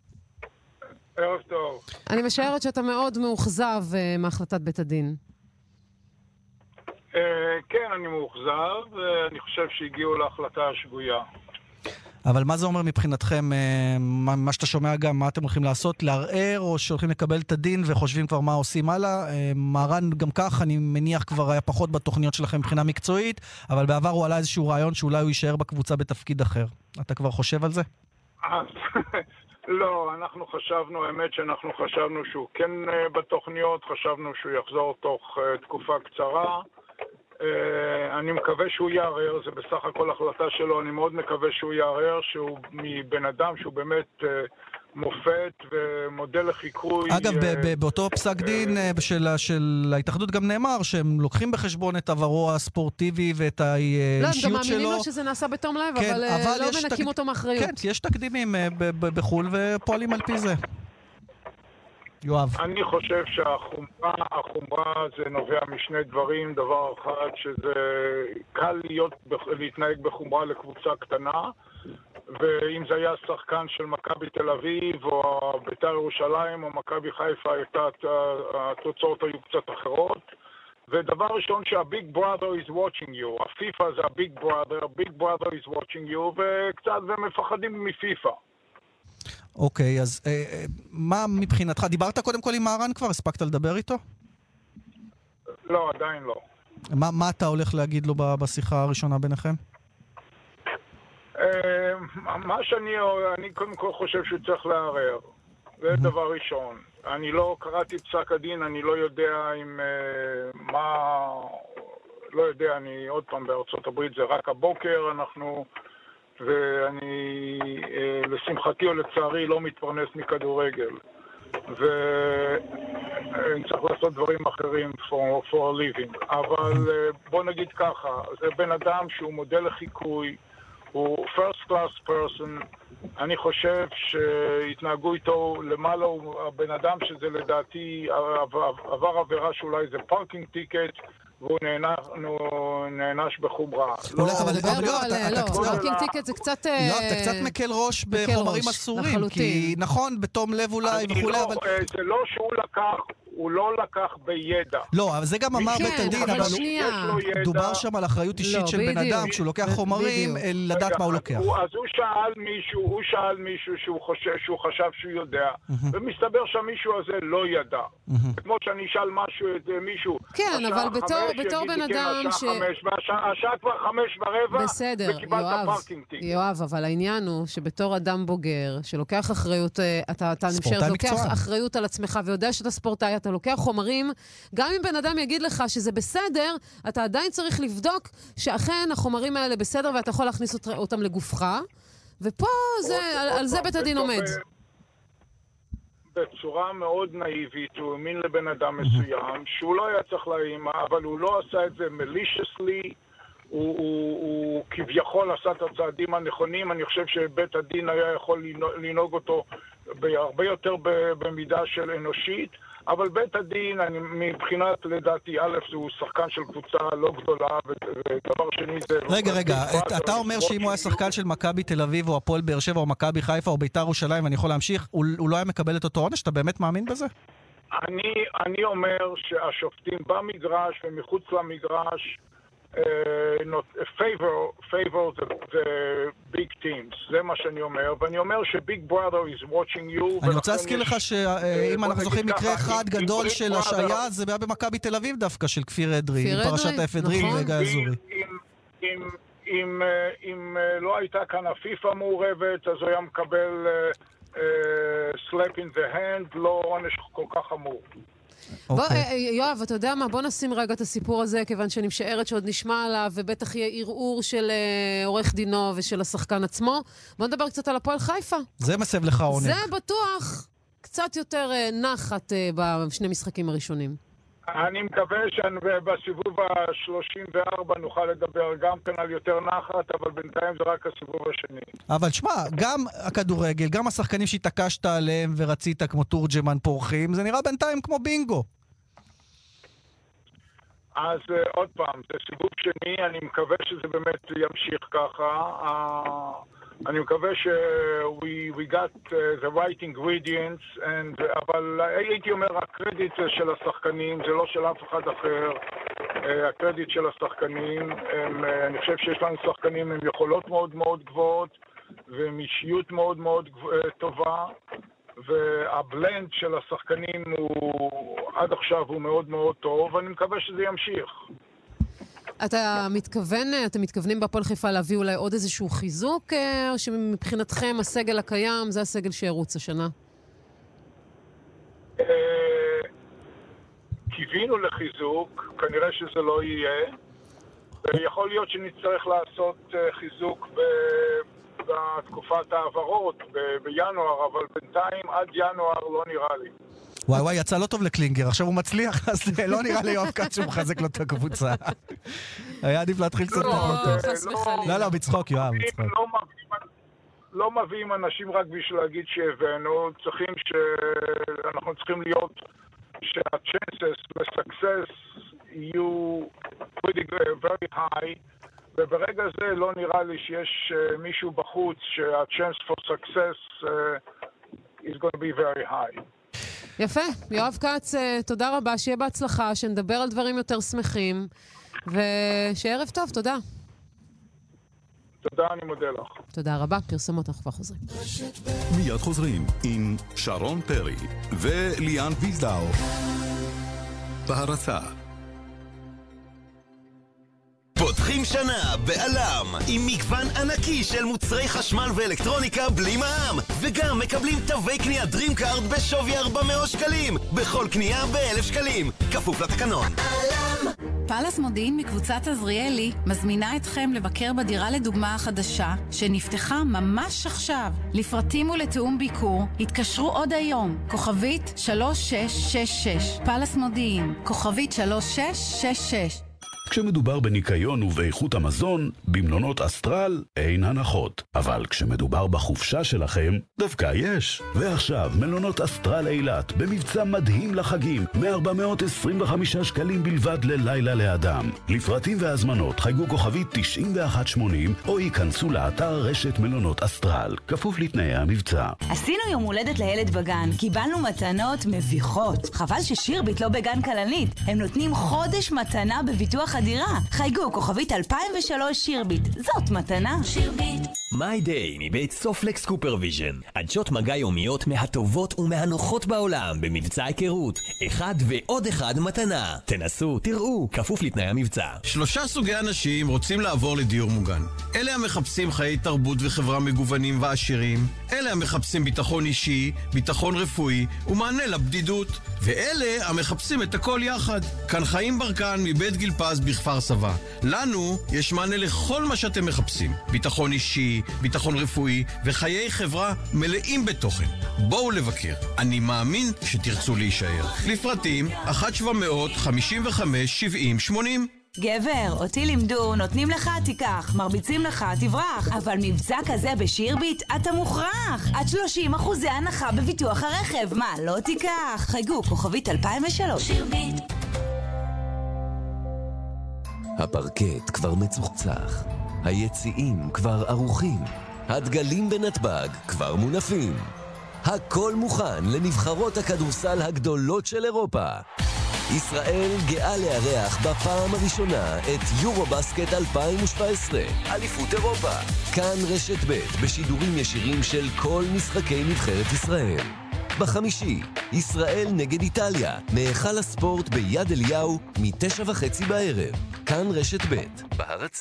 ערב טוב. אני משערת שאתה מאוד מאוכזב מהחלטת בית הדין. כן, אני מאוכזב, ואני חושב שהגיעו להחלטה השגויה. אבל מה זה אומר מבחינתכם, מה שאתה שומע גם, מה אתם הולכים לעשות, לערער, או שהולכים לקבל את הדין וחושבים כבר מה עושים הלאה? מהרן גם כך, אני מניח כבר היה פחות בתוכניות שלכם מבחינה מקצועית, אבל בעבר הוא עלה איזשהו רעיון שאולי הוא יישאר בקבוצה בתפקיד אחר. אתה כבר חושב על זה? לא, אנחנו חשבנו, האמת שאנחנו חשבנו שהוא כן בתוכניות, חשבנו שהוא יחזור תוך תקופה קצרה. אני מקווה שהוא יערער, זה בסך הכל החלטה שלו, אני מאוד מקווה שהוא יערער, שהוא מבן אדם שהוא באמת מופת ומודל לחיקוי. אגב, באותו פסק דין של ההתאחדות גם נאמר שהם לוקחים בחשבון את עברו הספורטיבי ואת האישיות שלו. לא, הם גם מאמינים לו שזה נעשה בתום לב, אבל לא מנקים אותו מאחריות. כן, יש תקדימים בחול ופועלים על פי זה. יואב. אני חושב שהחומרה זה נובע משני דברים. דבר אחד, שזה קל להתנהג בחומרה לקבוצה קטנה, ואם זה היה שחקן של מכבי תל אביב או בית"ר ירושלים או מכבי חיפה, התוצאות היו קצת אחרות. ודבר ראשון שהביג ברother is watching you, הפיפה זה הביג brother is watching you, וקצת ומפחדים מפיפה. אוקיי, אז מה מבחינתך? דיברת קודם כל עם מהרן כבר? הספקת לדבר איתו? לא, עדיין לא. מה אתה הולך להגיד לו בשיחה הראשונה ביניכם? מה אני קודם כל חושב שהוא צריך לערער. זה דבר ראשון. אני לא קראתי פסק הדין, אני לא יודע לא יודע, אני עוד פעם בארצות הברית, זה רק הבוקר, ואני לשמחתי או לצערי לא מתפרנס מכדורגל. ואני צריך לעשות דברים אחרים for a living. אבל בוא נגיד ככה, זה בן אדם שהוא מודל לחיקוי, הוא first class person. אני חושב שהתנהגו איתו למעלה, הוא הבן אדם שזה לדעתי עבר עבירה שאולי זה פארקינג טיקט, והוא נענש בחומרה. לא, פארקינג טיקט זה קצת... אתה קצת מקל ראש בחומרים אסורים, כי נכון, בתום לב אולי וכולי, אבל... זה לא שהוא לקח, הוא לא לקח בידע. לא, אבל זה גם אמר בית הדין, אבל דובר שם על אחריות אישית של בן אדם, כשהוא לוקח חומרים, לדעת מה הוא לוקח. אז הוא שאל מישהו שהוא חשב שהוא יודע, ומסתבר שהמישהו הזה לא ידע. כמו שאני אשאל מישהו... כן, אבל בתור בן אדם ש... השעה כבר 5:15, בסדר, יואב, אבל העניין הוא שבתור אדם בוגר, שלוקח אחריות, אתה נמשך, לוקח אחריות על עצמך ויודע שאתה ספורטאי, אתה לוקח חומרים, גם אם בן אדם יגיד לך שזה בסדר, אתה עדיין צריך לבדוק שאכן החומרים האלה בסדר ואתה יכול להכניס אותם לגופך, ופה על זה בית הדין עומד. בצורה מאוד נאיבית, הוא האמין לבן אדם מסוים, שהוא לא היה צריך להאמין, אבל הוא לא עשה את זה maliciously, הוא כביכול עשה את הצעדים הנכונים. אני חושב שבית הדין היה יכול לנהוג אותו הרבה יותר במידה של אנושית, אבל בית הדין, מבחינת לדעתי, א', הוא שחקן של קבוצה לא גדולה, ודבר שני זה... רגע, אתה אומר שאם הוא היה שחקן של מכבי תל אביב, או הפועל באר שבע, או מכבי חיפה, או בית"ר ירושלים, ואני יכול להמשיך, הוא לא היה מקבל את אותו עונש? אתה באמת מאמין בזה? אני אומר שהשופטים במגרש ומחוץ למגרש, favor the big teams, זה מה שאני אומר, ואני אומר שביג brother is watching you. אני רוצה להזכיר לך שאם אנחנו זוכרים מקרה אחד גדול של השעיה, זה היה במכבי תל אביב דווקא, של כפיר אדרי, עם פרשת האפדרין וגיא אזורי. אם לא הייתה כאן הפיפה מעורבת, אז הוא היה מקבל slap in the hand, לא עונש כל כך חמור. יואב, אתה יודע מה? בוא נשים רגע את הסיפור הזה, כיוון שאני משערת שעוד נשמע עליו, ובטח יהיה ערעור של עורך דינו ושל השחקן עצמו. בוא נדבר קצת על הפועל חיפה. זה מסב לך עונג. זה בטוח קצת יותר נחת בשני משחקים הראשונים. אני מקווה שבסיבוב ה-34 נוכל לדבר גם כן על יותר נחת, אבל בינתיים זה רק הסיבוב השני. אבל שמע, גם הכדורגל, גם השחקנים שהתעקשת עליהם ורצית כמו תורג'מן פורחים, זה נראה בינתיים כמו בינגו. אז עוד פעם, זה סיבוב שני, אני מקווה שזה באמת ימשיך ככה. אני מקווה we got the right ingredients, אבל הייתי אומר, הקרדיט של השחקנים, זה לא של אף אחד אחר. הקרדיט של השחקנים, אני חושב שיש לנו שחקנים עם יכולות מאוד מאוד גבוהות, ועם אישיות מאוד מאוד טובה, והבלנד של השחקנים הוא עד עכשיו הוא מאוד מאוד טוב, ואני מקווה שזה ימשיך. אתם מתכוונים בהפועל חיפה להביא אולי עוד איזשהו חיזוק, או שמבחינתכם הסגל הקיים זה הסגל שירוץ השנה? קיווינו לחיזוק, כנראה שזה לא יהיה. ויכול להיות שנצטרך לעשות חיזוק בתקופת העברות בינואר, אבל בינתיים עד ינואר לא נראה לי. וואי, יצא לא טוב לקלינגר, עכשיו הוא מצליח, אז לא נראה לי יואב כץ שהוא מחזק לו את הקבוצה. היה עדיף להתחיל קצת פחות. לא, בצחוק, יואב, בצחוק. לא מביאים אנשים רק בשביל להגיד שהבאנו, אנחנו צריכים להיות שה-chances ל-success יהיו very high, וברגע זה לא נראה לי שיש מישהו בחוץ שה-chance for success is going to be very high. יפה, יואב כץ, תודה רבה, שיהיה בהצלחה, שנדבר על דברים יותר שמחים, ושערב טוב, תודה. תודה, אני מודה לך. תודה רבה, פרסומות, אנחנו כבר חוזרים. מיד חוזרים עם שרון פרי וליאן ויזדאו. בהרצה. פותחים שנה בעלם עם מגוון ענקי של מוצרי חשמל ואלקטרוניקה בלי מע"מ, וגם מקבלים תווי קנייה דרימקארד בשווי 400 שקלים בכל קנייה ב1,000 שקלים, כפוף לתקנון. פלס מודיעין מקבוצת עזריאלי מזמינה אתכם לבקר בדירה לדוגמה החדשה שנפתחה ממש עכשיו. לפרטים ולתאום ביקור התקשרו עוד היום, כוכבית 3666. פלס מודיעין, כוכבית 3666. כשמדובר בניקיון ובאיכות המזון, במלונות אסטרל אין הנחות. אבל כשמדובר בחופשה שלכם, דווקא יש. ועכשיו, מלונות אסטרל אילת, במבצע מדהים לחגים, מ-425 שקלים בלבד ללילה לאדם. לפרטים והזמנות, חייגו כוכבית 9180, או ייכנסו לאתר רשת מלונות אסטרל, כפוף לתנאי המבצע. עשינו יום הולדת לילד בגן, קיבלנו מתנות מביכות. חבל ששירביט לא בגן כלנית. הם נותנים חודש מתנה בביטוח הדירה. חייגו כוכבית 2003 שירביט. זאת מתנה. שירביט. My Day מבית סופלקס קופרוויז'ן. עדשות מגע יומיות מהטובות ומהנוחות בעולם במבצע היכרות. אחד ועוד אחד מתנה. תנסו, תראו, כפוף לתנאי המבצע. 3 סוגי אנשים רוצים לעבור לדיור מוגן. אלה המחפשים חיי תרבות וחברה מגוונים ועשירים. אלה המחפשים ביטחון אישי, ביטחון רפואי ומענה לבדידות. ואלה המחפשים את הכל יחד. כאן חיים ברקן מבית גיל פז בכפר סבא. לנו יש מענה לכל מה שאתם מחפשים. ביטחון אישי, ביטחון רפואי וחיי חברה מלאים בתוכן. בואו לבקר. אני מאמין שתרצו להישאר. לפרטים 1-755-70-80. גבר, אותי לימדו, נותנים לך תיקח, מרביצים לך תברח, אבל מבצע כזה בשירביט אתה מוכרח. עד 30% הנחה בביטוח הרכב. מה, לא תיקח? חייגו כוכבית 2003. שירביט. הפרקט כבר מצוחצח, היציעים כבר ערוכים, הדגלים בנתב"ג כבר מונפים. הכל מוכן לנבחרות הכדורסל הגדולות של אירופה. ישראל גאה לארח בפעם הראשונה את יורובסקט 2017, אליפות אירופה. כאן רשת ב' בשידורים ישירים של כל משחקי נבחרת ישראל. בחמישי, ישראל נגד איטליה, מהיכל הספורט ביד אליהו, 9:30 בערב. כאן רשת ב' בהרצה.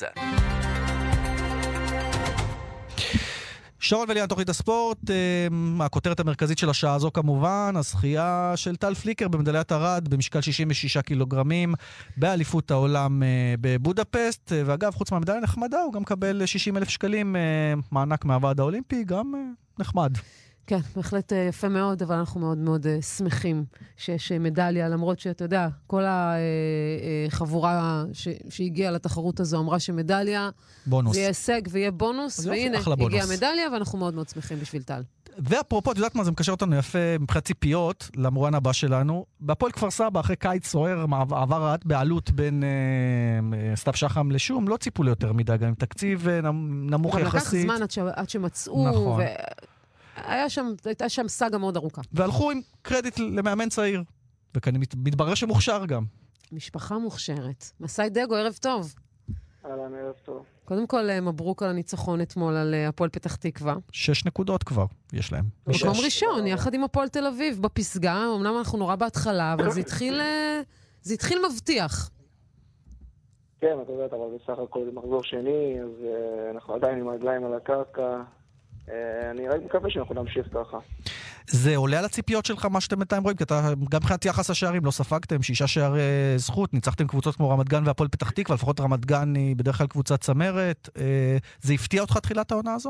שרון וליאן, תוכנית הספורט, הכותרת המרכזית של השעה הזו כמובן, הזכייה של טל פליקר במדליית ארד במשקל 66 קילוגרמים באליפות העולם בבודפסט, ואגב, חוץ מהמדליה נחמדה, הוא גם קבל 60,000 שקלים מענק מהוועד האולימפי, גם נחמד. כן, בהחלט יפה מאוד, אבל אנחנו מאוד מאוד שמחים שיש מדליה, למרות שאתה יודע, כל החבורה שהגיעה לתחרות הזו אמרה שמדליה בונוס. זה יהיה הישג ויהיה בונוס, והנה, הגיעה מדליה, ואנחנו מאוד מאוד שמחים בשביל טל. ואפרופו, את יודעת מה, זה מקשר אותנו יפה מבחינת ציפיות למורן הבא שלנו. בהפועל כפר סבא, אחרי קיץ סוער, מעבר רעת בעלות בין סתיו שחם לשום, לא ציפו ליותר מדי, גם עם תקציב נמוך יחסית. לקח זמן עד שמצאו, נכון. הייתה שם סאגה מאוד ארוכה. והלכו עם קרדיט למאמן צעיר, וכאן מתברר שמוכשר גם. משפחה מוכשרת. מסאי דגו, ערב טוב. אהלן, ערב טוב. קודם כל, מברוק על הניצחון אתמול על הפועל פתח תקווה. 6 נקודות כבר יש להם. מקום ראשון, יחד עם הפועל תל אביב, בפסגה. אמנם אנחנו נורא בהתחלה, אבל זה התחיל מבטיח. כן, אתה יודעת, אבל בסך הכל זה מחזור שני, אז אנחנו עדיין עם הרגליים על הקרקע. אני רק מקווה שאנחנו נמשיך ככה. זה עולה על הציפיות שלך מה שאתם בינתיים רואים? כי אתה גם מבחינת יחס השערים לא ספגתם, 6 שערי זכות, ניצחתם קבוצות כמו רמת גן והפועל פתח תקווה, לפחות רמת גן היא בדרך כלל קבוצת צמרת. זה הפתיע אותך תחילת העונה הזו?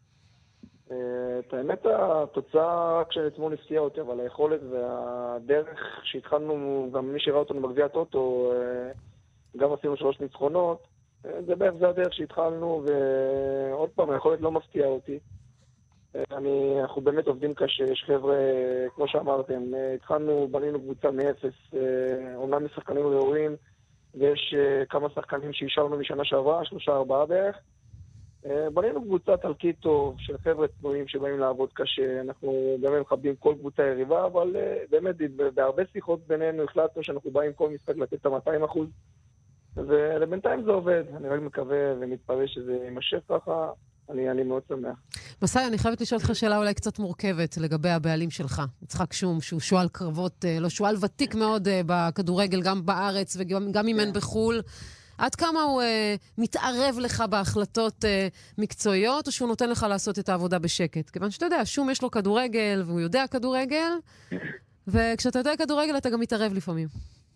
את האמת, התוצאה רק שאתמול הפתיעה אותי, אבל היכולת והדרך שהתחלנו, גם מי שראה אותנו בגביע הטוטו, גם עשינו 3 ניצחונות, זה בערך זה הדרך שהתחלנו, ועוד פעם, היכולת לא מפתיעה אותי. אנחנו באמת עובדים קשה, יש חבר'ה, כמו שאמרתם, התחלנו, בנינו קבוצה מ-0, אומנם משחקנים ראויים, ויש כמה שחקנים שהשארנו משנה שעברה, 3-4 בערך. בנינו קבוצה תלקית טוב, של חבר'ה צנועים שבאים לעבוד קשה, אנחנו באמת מכבדים כל קבוצה יריבה, אבל באמת בהרבה שיחות בינינו החלטנו שאנחנו באים כל משחק לתת את ה-200%, ולבינתיים זה עובד, אני רק מקווה ומתפרש שזה יימשך ככה. אני מאוד שמח. מסי, אני חייבת לשאול אותך שאלה אולי קצת מורכבת לגבי הבעלים שלך. יצחק שום, שהוא שואל קרבות, לא שואל ותיק מאוד בכדורגל, גם בארץ וגם אם אין בחול. עד כמה הוא מתערב לך בהחלטות מקצועיות, או שהוא נותן לך לעשות את העבודה בשקט? כיוון שאתה יודע, שום יש לו כדורגל, והוא יודע כדורגל, וכשאתה יודע כדורגל אתה גם מתערב לפעמים.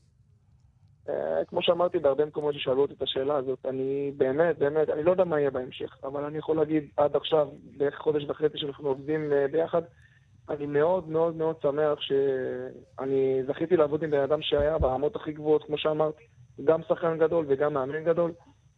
כמו שאמרתי, בהרבה מקומות ששאלו אותי את השאלה הזאת, אני באמת, אני לא יודע מה יהיה בהמשך, אבל אני יכול להגיד עד עכשיו, בערך חודש וחצי שאנחנו עובדים ביחד, אני מאוד מאוד מאוד שמח שאני זכיתי לעבוד עם בן אדם שהיה ברמות הכי גבוהות, כמו שאמרתי, גם שחקן גדול וגם מאמן גדול.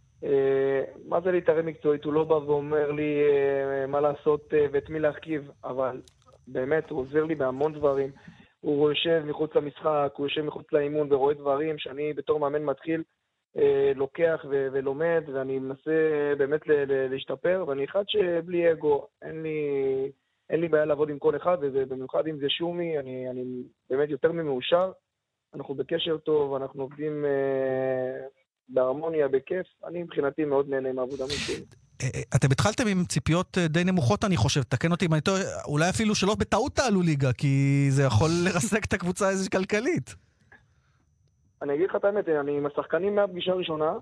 מה זה להתערב מקצועית? הוא לא בא ואומר לי מה לעשות ואת מי להרכיב, אבל באמת הוא עוזר לי בהמון דברים. הוא יושב מחוץ למשחק, הוא יושב מחוץ לאימון ורואה דברים שאני בתור מאמן מתחיל לוקח ולומד, ואני מנסה באמת להשתפר, ואני אחד שבלי אגו, אין לי בעיה לעבוד עם כל אחד, ובמיוחד אם זה שומי, אני באמת יותר ממאושר, אנחנו בקשר טוב, אנחנו עובדים בהרמוניה, בכיף, אני מבחינתי מאוד נהנה מהעבודה מקצועית. אתם התחלתם עם ציפיות די נמוכות, אני חושב, תקן אותי אם אני טועה, אולי אפילו שלא בטעות תעלו ליגה, כי זה יכול לרסק את הקבוצה איזו כלכלית. אני אגיד לך את האמת, אני עם השחקנים מהפגישה הראשונה,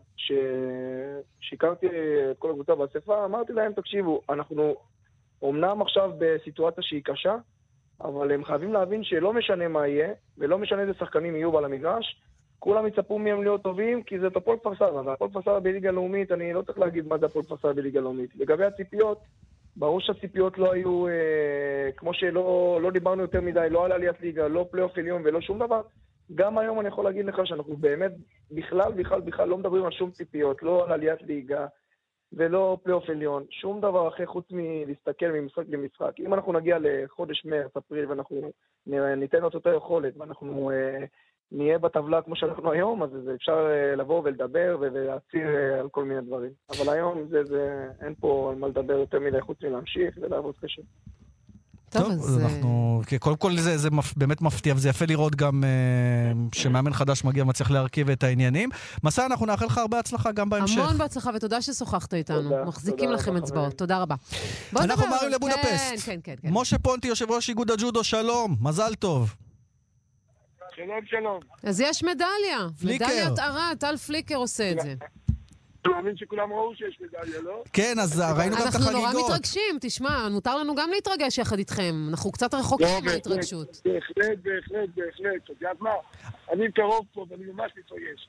ששיקרתי את כל הקבוצה באספה, אמרתי להם, תקשיבו, אנחנו אומנם עכשיו בסיטואציה שהיא קשה, אבל הם חייבים להבין שלא משנה מה יהיה, ולא משנה איזה שחקנים יהיו על המגרש, כולם יצפו מהם להיות טובים, כי זה את הפועל כפר סבא, והפועל כפר סבא בליגה לאומית, אני לא צריך להגיד מה זה הפועל כפר סבא בליגה לאומית. לגבי הציפיות, ברור שהציפיות לא היו, כמו שלא דיברנו יותר מדי, לא על עליית ליגה, לא פלייאוף עליון ולא שום דבר. גם היום אני יכול להגיד לך שאנחנו באמת בכלל לא מדברים על שום ציפיות, לא על עליית ליגה ולא פלייאוף עליון, שום דבר אחר חוץ מלהסתכל ממשחק למשחק. אם אנחנו נגיע לחודש מרץ, אפריל, ואנחנו ניתן את אותה יכולת, ואנחנו נהיה בטבלה כמו שאנחנו היום, אז אפשר לבוא ולדבר ולהציר על כל מיני דברים. אבל היום אין פה על מה לדבר יותר מדי חוץ מלהמשיך ולעבוד קשה. טוב, אז אנחנו, קודם כל זה באמת מפתיע, וזה יפה לראות גם שמאמן חדש מגיע ומצליח להרכיב את העניינים. מסע, אנחנו נאחל לך הרבה הצלחה גם בהמשך. המון בהצלחה, ותודה ששוחחת איתנו. מחזיקים לכם אצבעות. תודה רבה. אנחנו מערים לבודפסט. משה פונטי, יושב ראש איגוד הג'ודו, שלום, מזל טוב. שלום, שלום. אז יש מדליה. פליקר. מדליית ערד, טל פליקר עושה את זה. אני מאמין שכולם ראו שיש מדליה, לא? כן, אז ראינו גם את החגיגות. אנחנו נורא מתרגשים, תשמע, מותר לנו גם להתרגש יחד איתכם. אנחנו קצת רחוקים מההתרגשות. בהחלט. אתה יודע מה? אני קרוב פה ואני ממש מתרגש.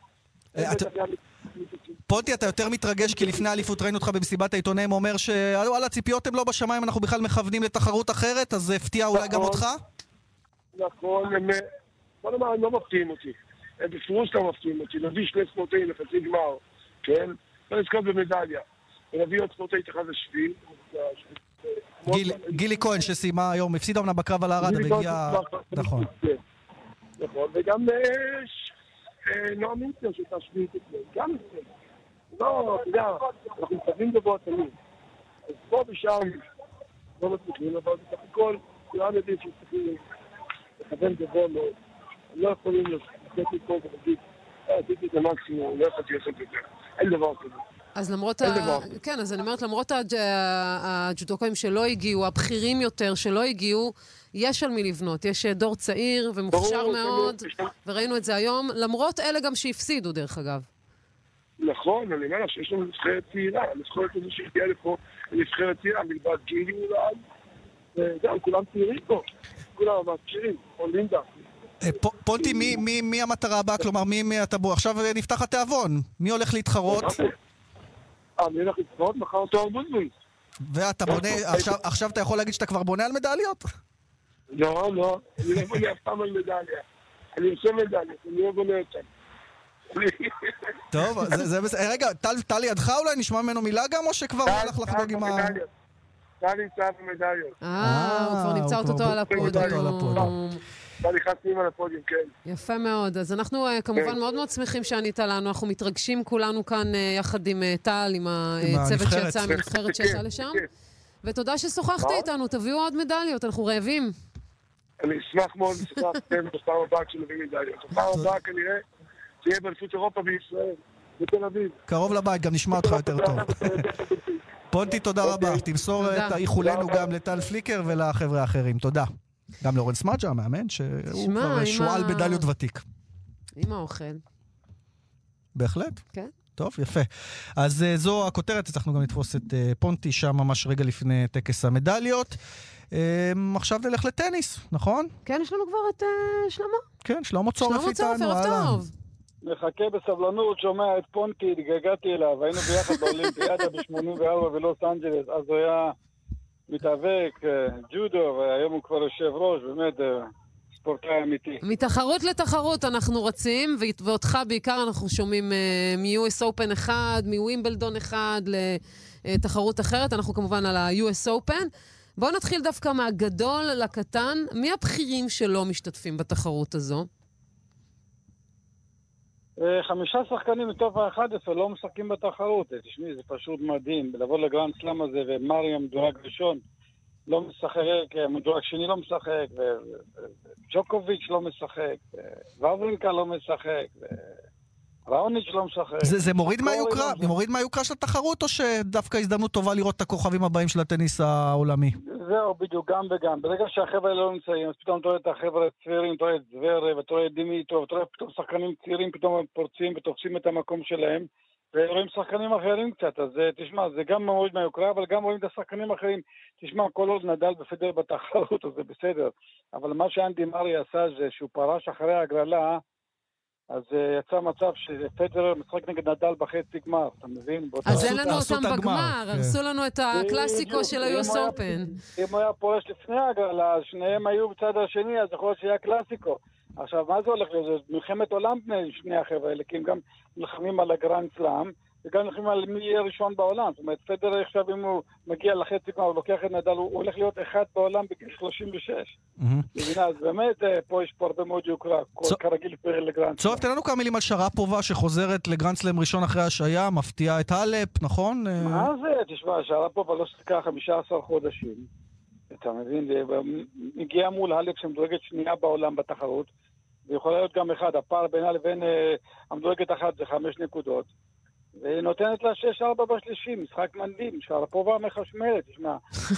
פונטי, אתה יותר מתרגש כי לפני האליפות ראינו אותך במסיבת העיתונאים אומר שעל הציפיות הם לא בשמיים, אנחנו בכלל מכוונים לתחרות אחרת, אז זה הפתיע אולי גם אותך? נכון, בוא נאמר, הם לא מפתיעים אותי. הם בפירוש לא מפתיעים אותי. נביא 2 ספורטאים לחצי גמר, כן? לא נזכות במדליה. ונביא עוד ספורטאית אחד לשביל. גילי כהן שסיימה היום, הפסידה אומנם בקרב על הערד, והגיעה... נכון. נכון, וגם נועם מינצר שאתה שביעית אצלם. גם אצלם. לא, אתה יודע, אנחנו מצבים גבוה תמיד. אז פה ושם לא מצליחים, אבל בסך הכל כולם יודעים שצריכים לכוון גבוה מאוד. הם לא יכולים לתת לי פה ולהגיד, עשיתי את המקסימום, לא יכולתי לעשות את זה. אין דבר כזה. אז למרות כן, אז אני אומרת, למרות הג'ודוקאים שלא הגיעו, הבכירים יותר שלא הגיעו, יש על מי לבנות. יש דור צעיר ומוכשר מאוד, וראינו את זה היום, למרות אלה גם שהפסידו, דרך אגב. נכון, אני אומר שיש לנו נבחרת צעירה, נבחרת כזו שהגיעה לפה, נבחרת צעירה, מלבד גילי אולי, וגם כולם צעירים פה, כולם צעירים, אולינדה. פונטי, מי המטרה הבאה? כלומר, מי אתה בו? עכשיו נפתח התיאבון. מי הולך להתחרות? אני הולך להתחרות מחר תואר בוזבוז. ואתה בונה, עכשיו אתה יכול להגיד שאתה כבר בונה על מדליות? לא, אני לא בונה אף פעם על מדליה. אני עושה מדליות, אני לא בונה אותם. טוב, זה בסדר. רגע, טל לידך אולי נשמע ממנו מילה גם, או שכבר הולך לחגוג עם ה... טל נמצא במדליות. הוא כבר נמצא אותו על הפודיום. טל נכנסים על הפודיום, כן. יפה מאוד. אז אנחנו כמובן מאוד מאוד שמחים שענית לנו. אנחנו מתרגשים כולנו כאן יחד עם טל, עם הצוות שיצא, עם הנבחרת שיצא לשם. ותודה ששוחחת איתנו, תביאו עוד מדליות, אנחנו רעבים. אני אשמח מאוד לשוחח אתם בפעם הבאה כשנביא מדליות. בפעם הבאה כנראה שיהיה באליפות אירופה בישראל, בתל אביב. קרוב לבית, גם נשמע אותך יותר טוב. פונטי, תודה רבה. תמסור את איחולנו גם לטל פליקר ולחבר'ה האחרים. תודה. גם לורנס מג'ה, המאמן, שהוא כבר שועל בדליות ותיק. עם האוכל. בהחלט. כן. טוב, יפה. אז זו הכותרת, הצלחנו גם לתפוס את פונטי שם ממש רגע לפני טקס המדליות. עכשיו נלך לטניס, נכון? כן, יש לנו כבר את שלמה. כן, שלמה צורף איתנו. שלמה צורף, ערב טוב. מחכה בסבלנות, שומע את פונטי, התגעגעתי אליו, היינו ביחד באולימפיאדה ב-84 בלוס אנג'לס, אז הוא היה מתאבק, ג'ודו, והיום הוא כבר יושב ראש, באמת ספורטאי אמיתי. מתחרות לתחרות אנחנו רצים, ואותך בעיקר אנחנו שומעים מ-US Open 1, מווימבלדון 1 לתחרות אחרת, אנחנו כמובן על ה-US Open. בואו נתחיל דווקא מהגדול לקטן, מי הבכירים שלא משתתפים בתחרות הזו? 5 שחקנים מתוך ה-11 לא משחקים בתחרות. תשמעי, זה פשוט מדהים. לבוא לגרנד סלאם הזה, ומריאם מדורג ראשון לא משחק, מדורג שני לא משחק, וג'וקוביץ' לא משחק, וברינקה לא משחק, ראוניץ' לא משחק. זה מוריד מהיוקרה? מוריד מהיוקרה של התחרות, או שדווקא הזדמנות טובה לראות את הכוכבים הבאים של הטניס העולמי? זהו, בדיוק, גם וגם. ברגע שהחבר'ה האלה לא נמצאים, אז פתאום אתה רואה את החבר'ה הצעירים, אתה רואה את זוורב, אתה רואה את דימיטרוב, אתה רואה פתאום שחקנים צעירים, פתאום הם פורצים ותופסים את המקום שלהם, ורואים שחקנים אחרים קצת. אז תשמע, זה גם מוריד מהיוקרה, אבל גם רואים את השחקנים האחרים. תשמע, כל עוד נדל ופדר בתחרות, אז זה בסדר. אבל מה שאנדי מרי עשה זה שהוא פרש אחרי ההגרלה, אז יצא מצב שפדרר משחק נגד נדל בחצי גמר, אתה מבין? אז אין לנו אותם בגמר, הרסו לנו את הקלאסיקו של ה-US Open. אם הוא היה פורש לפני ההגרלה, אז שניהם היו בצד השני, אז יכול להיות שיהיה קלאסיקו. עכשיו, מה זה הולך להיות? זה מלחמת עולם פני שני החבר'ה האלה, כי הם גם נלחמים על הגרנד סלאם, וגם נלחמים על מי יהיה ראשון בעולם. זאת אומרת, פדרר עכשיו, אם הוא מגיע לחצי גמר, הוא לוקח את נדל, הוא הולך להיות אחד בעולם בגיל 36. מבינה, אז באמת, פה יש פה הרבה מאוד יוקרה, כרגיל לגרנד סלאם. תן לנו כמה מילים על שרפובה שחוזרת לגרנד סלאם ראשון אחרי השעיה, מפתיעה את הלפ, נכון? מה זה? תשמע, שרפובה לא שחקה 15 חודשים. אתה מבין? מגיעה מול הלפ שמדורגת שנייה בעולם בתחרות, ויכולה להיות גם אחד, הפער בינה לבין המדורגת אחת זה 5 נקודות. והיא נותנת לה 6-4 בשלישי, משחק מדהים, שרפובה מחשמלת, תשמע.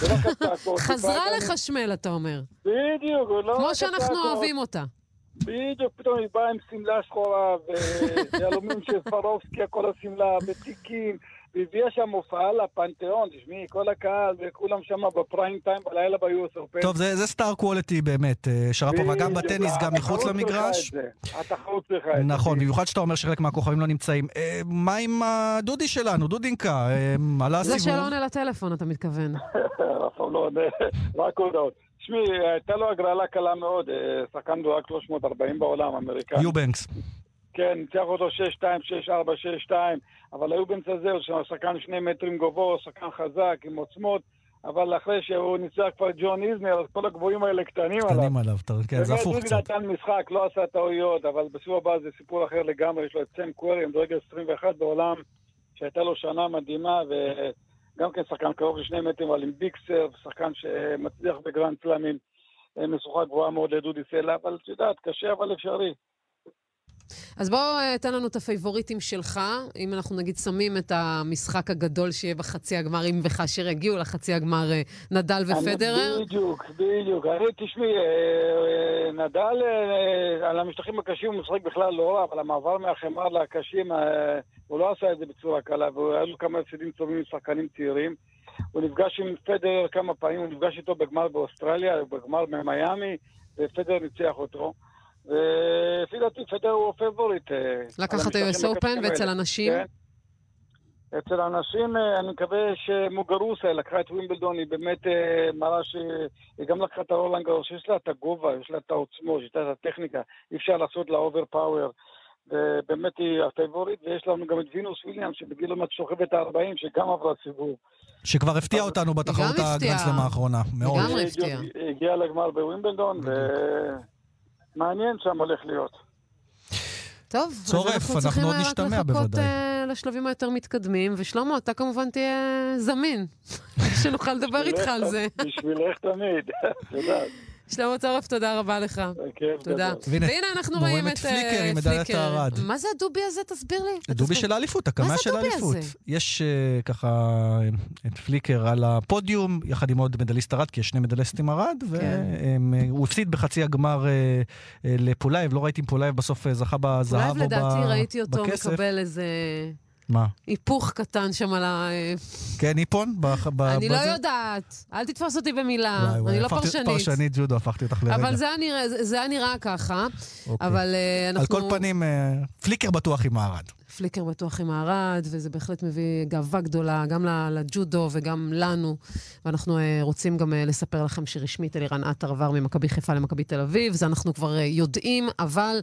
חזרה לחשמל, אתה אומר. בדיוק. כמו שאנחנו אוהבים אותה. בדיוק, פתאום היא באה עם סמלה שחורה, ויהלומים של ספרובסקי, כל הסמלה, בתיקים, והביאה שם מופעה לפנתיאון, תשמעי, כל הקהל, וכולם שם בפריים טיים, בלילה ב-US Open. טוב, זה סטאר קואליטי באמת, שרפובה, גם בטניס, גם מחוץ למגרש. התחרות צריכה את זה. נכון, במיוחד שאתה אומר שחלק מהכוכבים לא נמצאים. מה עם הדודי שלנו, דודינקה? זה שלא עונה לטלפון, אתה מתכוון. לא עונה, רק הודעות. תשמעי, הייתה לו הגרלה קלה מאוד, שחקן דורג 340 בעולם, אמריקאי. יובנקס. כן, ניצח אותו 6-2, 6-4, 6-2, אבל היובנס הזה הוא שחקן 2 מטרים גבוה, שחקן חזק, עם עוצמות, אבל אחרי שהוא ניצח כבר ג'ון איזנר, אז כל הגבוהים האלה קטנים עליו. קטנים עליו, כן, זה הפוך קצת. הוא נתן משחק, לא עשה טעויות, אבל בסיבוב הבא זה סיפור אחר לגמרי, יש לו את סם קווירי, מדורג 21 בעולם, שהייתה לו שנה מדהימה, וגם כן שחקן קרוב ל2 מטרים, אבל עם ביג סרב, שחקן שמצליח בגרנד סלאמים, משוכה גבוהה מאוד לדודי סלע, אבל את יודעת, קשה אבל אפשרי. אז בואו תן לנו את הפייבוריטים שלך, אם אנחנו נגיד שמים את המשחק הגדול שיהיה בחצי הגמר, אם וכאשר יגיעו לחצי הגמר נדל ופדרר. בדיוק. תשמעי, נדל על המשטחים הקשים הוא משחק בכלל לא רע, אבל המעבר מהחמר לקשים, הוא לא עשה את זה בצורה קלה, והיו לו כמה הפסדים טובים עם שחקנים צעירים. הוא נפגש עם פדרר כמה פעמים, הוא נפגש איתו בגמר באוסטרליה, בגמר במיימי, ופדרר ניצח אותו. ולפי דעתי פדרר הוא פייבוריט. לקחת ה-US Open ואצל אנשים? כן. אצל האנשים אני מקווה שמוגרוסה לקחה את ווימבלדון, היא באמת מראה שהיא גם לקחה את הרולנד גארוס, שיש לה את הגובה, יש לה את העוצמו, יש לה את הטכניקה, אי אפשר לעשות לה אובר פאוור, ובאמת היא הפייבוריט, ויש לנו גם את וינוס וויליאם שבגיל עומד שוכבת ה-40, שגם עברה סיבוב. שכבר הפתיע אותנו בתחרות הגרנדסלאם האחרונה, מאוד. גם הפתיע. הגיע לגמר בווימבלדון, ומעניין שם הולך להיות. טוב, צורף, אנחנו עוד נשתמע בוודאי. לשלבים היותר מתקדמים, ושלמה, אתה כמובן תהיה זמין, שנוכל לדבר איתך על זה. בשבילך תמיד, תודה. שלמה צורף, תודה רבה לך. תודה. והנה אנחנו רואים את פליקר עם מדליית הארד. מה זה הדובי הזה? תסביר לי. הדובי של האליפות, הקמה של האליפות. יש ככה את פליקר על הפודיום, יחד עם עוד מדליסט ארד, כי יש שני מדליסטים ארד, והוא הפסיד בחצי הגמר לפולייב, לא ראיתי אם פולייב בסוף זכה בזהב או בכסף. פולייב לדעתי ראיתי אותו מקבל איזה... מה? היפוך קטן שם על ה... כן, היפון? אני לא יודעת. אל תתפוס אותי במילה. אני לא פרשנית. פרשנית ג'ודו, הפכתי אותך לרגע. אבל זה היה נראה ככה. אבל אנחנו... על כל פנים, פליקר בטוח עם הארד. פליקר בטוח עם הארד, וזה בהחלט מביא גאווה גדולה, גם לג'ודו וגם לנו. ואנחנו רוצים גם לספר לכם שרשמית אלירן עטר עבר ממכבי חיפה למכבי תל אביב. זה אנחנו כבר יודעים, אבל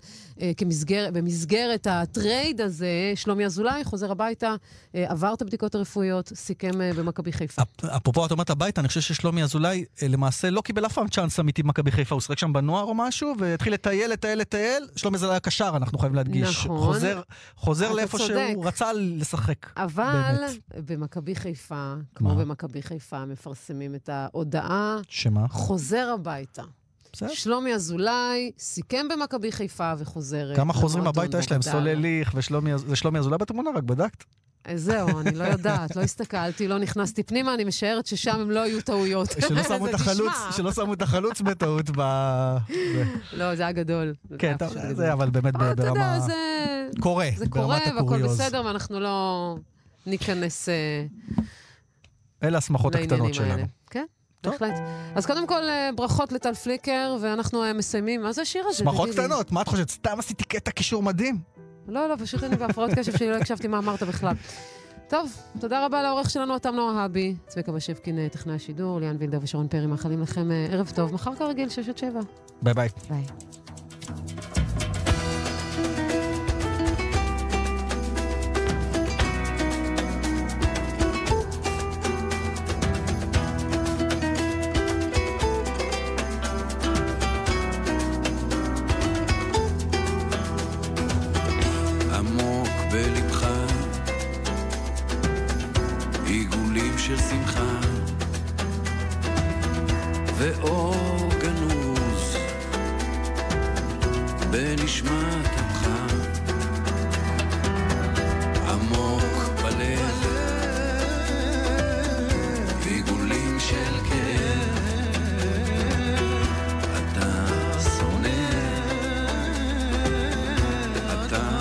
במסגרת הטרייד הזה, שלומי אזולאי חוזר הביתה, עבר את הבדיקות הרפואיות, סיכם במכבי חיפה. אפרופו, את אומרת הביתה, אני חושב ששלומי אזולאי למעשה לא קיבל אף פעם צ'אנס אמיתי במכבי חיפה, הוא שחק שם בנוער או משהו, והתחיל לטייל. שלומי אזולאי הקשר, אנחנו חייבים להדגיש. חוזר לאיפה שהוא רצה לשחק. אבל במכבי חיפה, כמו במכבי חיפה, מפרסמים את ההודעה, חוזר הביתה. שלומי אזולאי סיכם במכבי חיפה וחוזר... כמה חוזרים הביתה יש להם? סולליך ושלומי אזולאי בתמונה, רק בדקת? זהו, אני לא יודעת, לא הסתכלתי, לא נכנסתי פנימה, אני משערת ששם הם לא היו טעויות. שלא שמו את החלוץ בטעות ב... לא, זה היה גדול. כן, זה אבל באמת ברמה... קורה, זה קורה והכל בסדר, ואנחנו לא ניכנס אלה השמחות הקטנות שלנו. כן, בהחלט. אז קודם כל, ברכות לטל פליקר, ואנחנו מסיימים. מה זה השיר הזה? שמחות קטנות, מה את חושבת? סתם עשיתי קטע קישור מדהים. לא, פשוט אני בהפרעות קשב שלי לא הקשבתי מה אמרת בכלל. טוב, תודה רבה לעורך שלנו, אתם נועה הבי, צביקה בשבקין, טכנאי השידור, ליאן וילדר ושרון פרי, מאחלים לכם ערב טוב. מחר כרגיל, 6-7. ביי ביי. ביי. ואור גנוז בנשמת עמך עמוק בלב ועיגולים של כאב אתה שונא אתה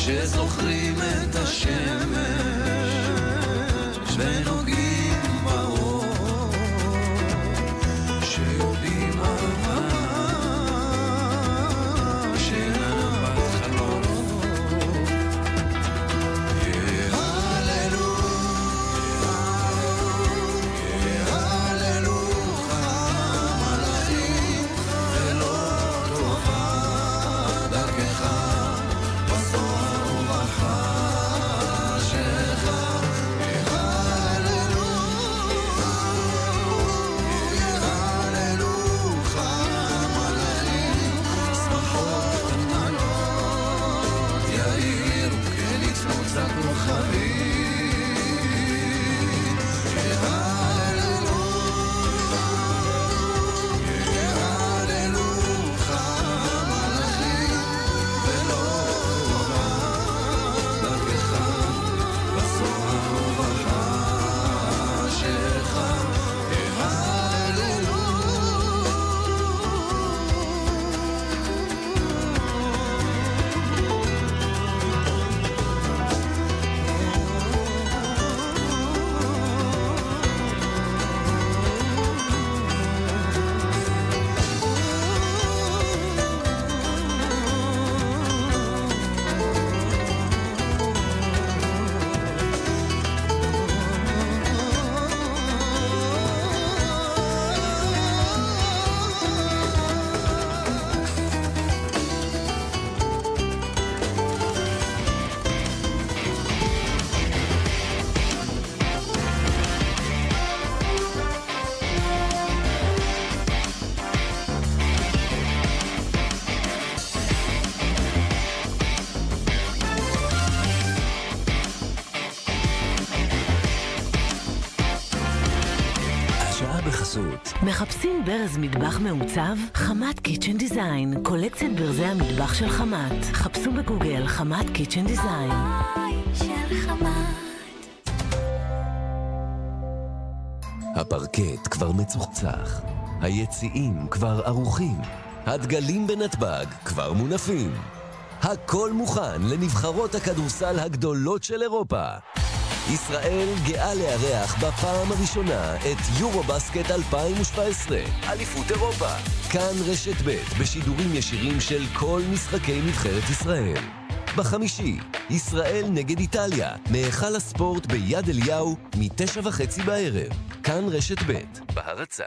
שזוכרים את השמש ונוגעים באור שיודעים אהבה שנבת חלום יהללו יהללו המלאכים ולא תאבד דרכך מחפשים ברז מטבח מעוצב? חמת קיצ'ן דיזיין, קולקציית ברזי המטבח של חמת. חפשו בגוגל חמת קיצ'ן דיזיין. הפרקט כבר מצוחצח, היציעים כבר ערוכים, הדגלים בנתב"ג כבר מונפים. הכל מוכן לנבחרות הכדורסל הגדולות של אירופה. ישראל גאה לארח בפעם הראשונה את יורובסקט 2017, אליפות אירופה. כאן רשת ב' בשידורים ישירים של כל משחקי נבחרת ישראל. בחמישי, ישראל נגד איטליה, מהיכל הספורט ביד אליהו, 9:30 בערב. כאן רשת ב' בהרצה.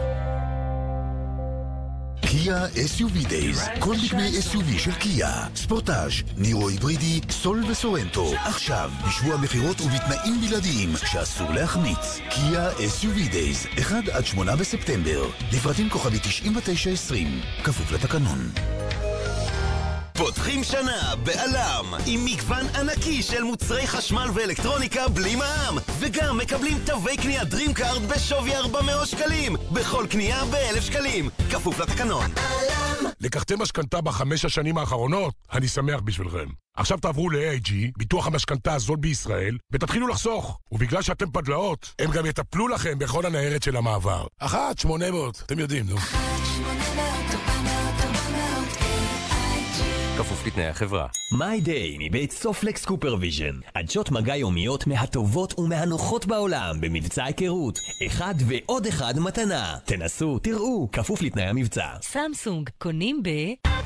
קיה SUV Days, כל דגמי SUV של קיה, ספורטאז', נירו היברידי, סול וסורנטו, עכשיו בשבוע מחירות ובתנאים בלעדיים שאסור להחמיץ. קיה SUV Days, 1-8 בספטמבר, לפרטים כוכבי 9920, כפוף לתקנון. פותחים שנה בעלם עם מגוון ענקי של מוצרי חשמל ואלקטרוניקה בלי מע"מ, וגם מקבלים תווי קנייה DreamCard בשווי 400 שקלים בכל קנייה ב1,000 שקלים, כפוף לתקנון. לקחתם משכנתה ב5 השנים האחרונות? אני שמח בשבילכם. עכשיו תעברו ל-AIG, ביטוח המשכנתה הזול בישראל, ותתחילו לחסוך. ובגלל שאתם פדלאות, הם גם יטפלו לכם בכל הניירת של המעבר. 1-800, אתם יודעים, נו. 1-800 כפוף לתנאי החברה. My Day מבית סופלקס סופרוויז'ן. עדשות מגע יומיות מהטובות ומהנוחות בעולם במבצע היכרות. 1 ועוד 1 מתנה. תנסו, תראו, כפוף לתנאי המבצע. סמסונג, קונים ב...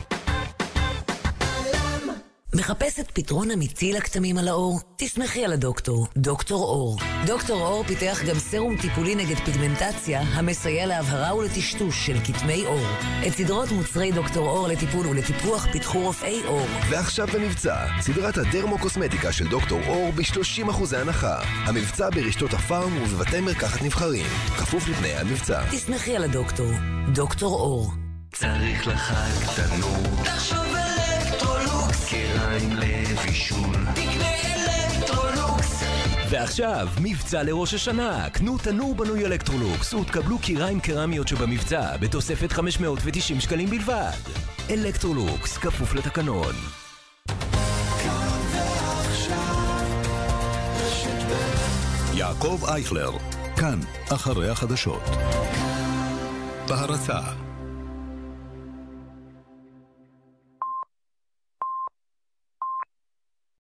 מחפשת פתרון אמיתי לכתמים על האור? תסמכי על הדוקטור, דוקטור אור. דוקטור אור פיתח גם סרום טיפולי נגד פיגמנטציה המסייע להבהרה ולטשטוש של כתמי אור. את סדרות מוצרי דוקטור אור לטיפול ולטיפוח פיתחו רופאי אור. ועכשיו במבצע, סדרת הדרמו-קוסמטיקה של דוקטור אור ב-30% הנחה. המבצע ברשתות הפארם ובבתי מרקחת נבחרים. כפוף לתנאי המבצע. תסמכי על הדוקטור, דוקטור אור. צריך לחג תנור, תחשוב אלקטרולוקס, קיריים לבישול, תקנה אלקטרולוקס. ועכשיו, מבצע לראש השנה. קנו תנור בנוי אלקטרולוקס ותקבלו קיריים קרמיות שבמבצע בתוספת 590 שקלים בלבד. אלקטרולוקס, כפוף לתקנון. יעקב אייכלר, כאן אחרי החדשות. בהרצה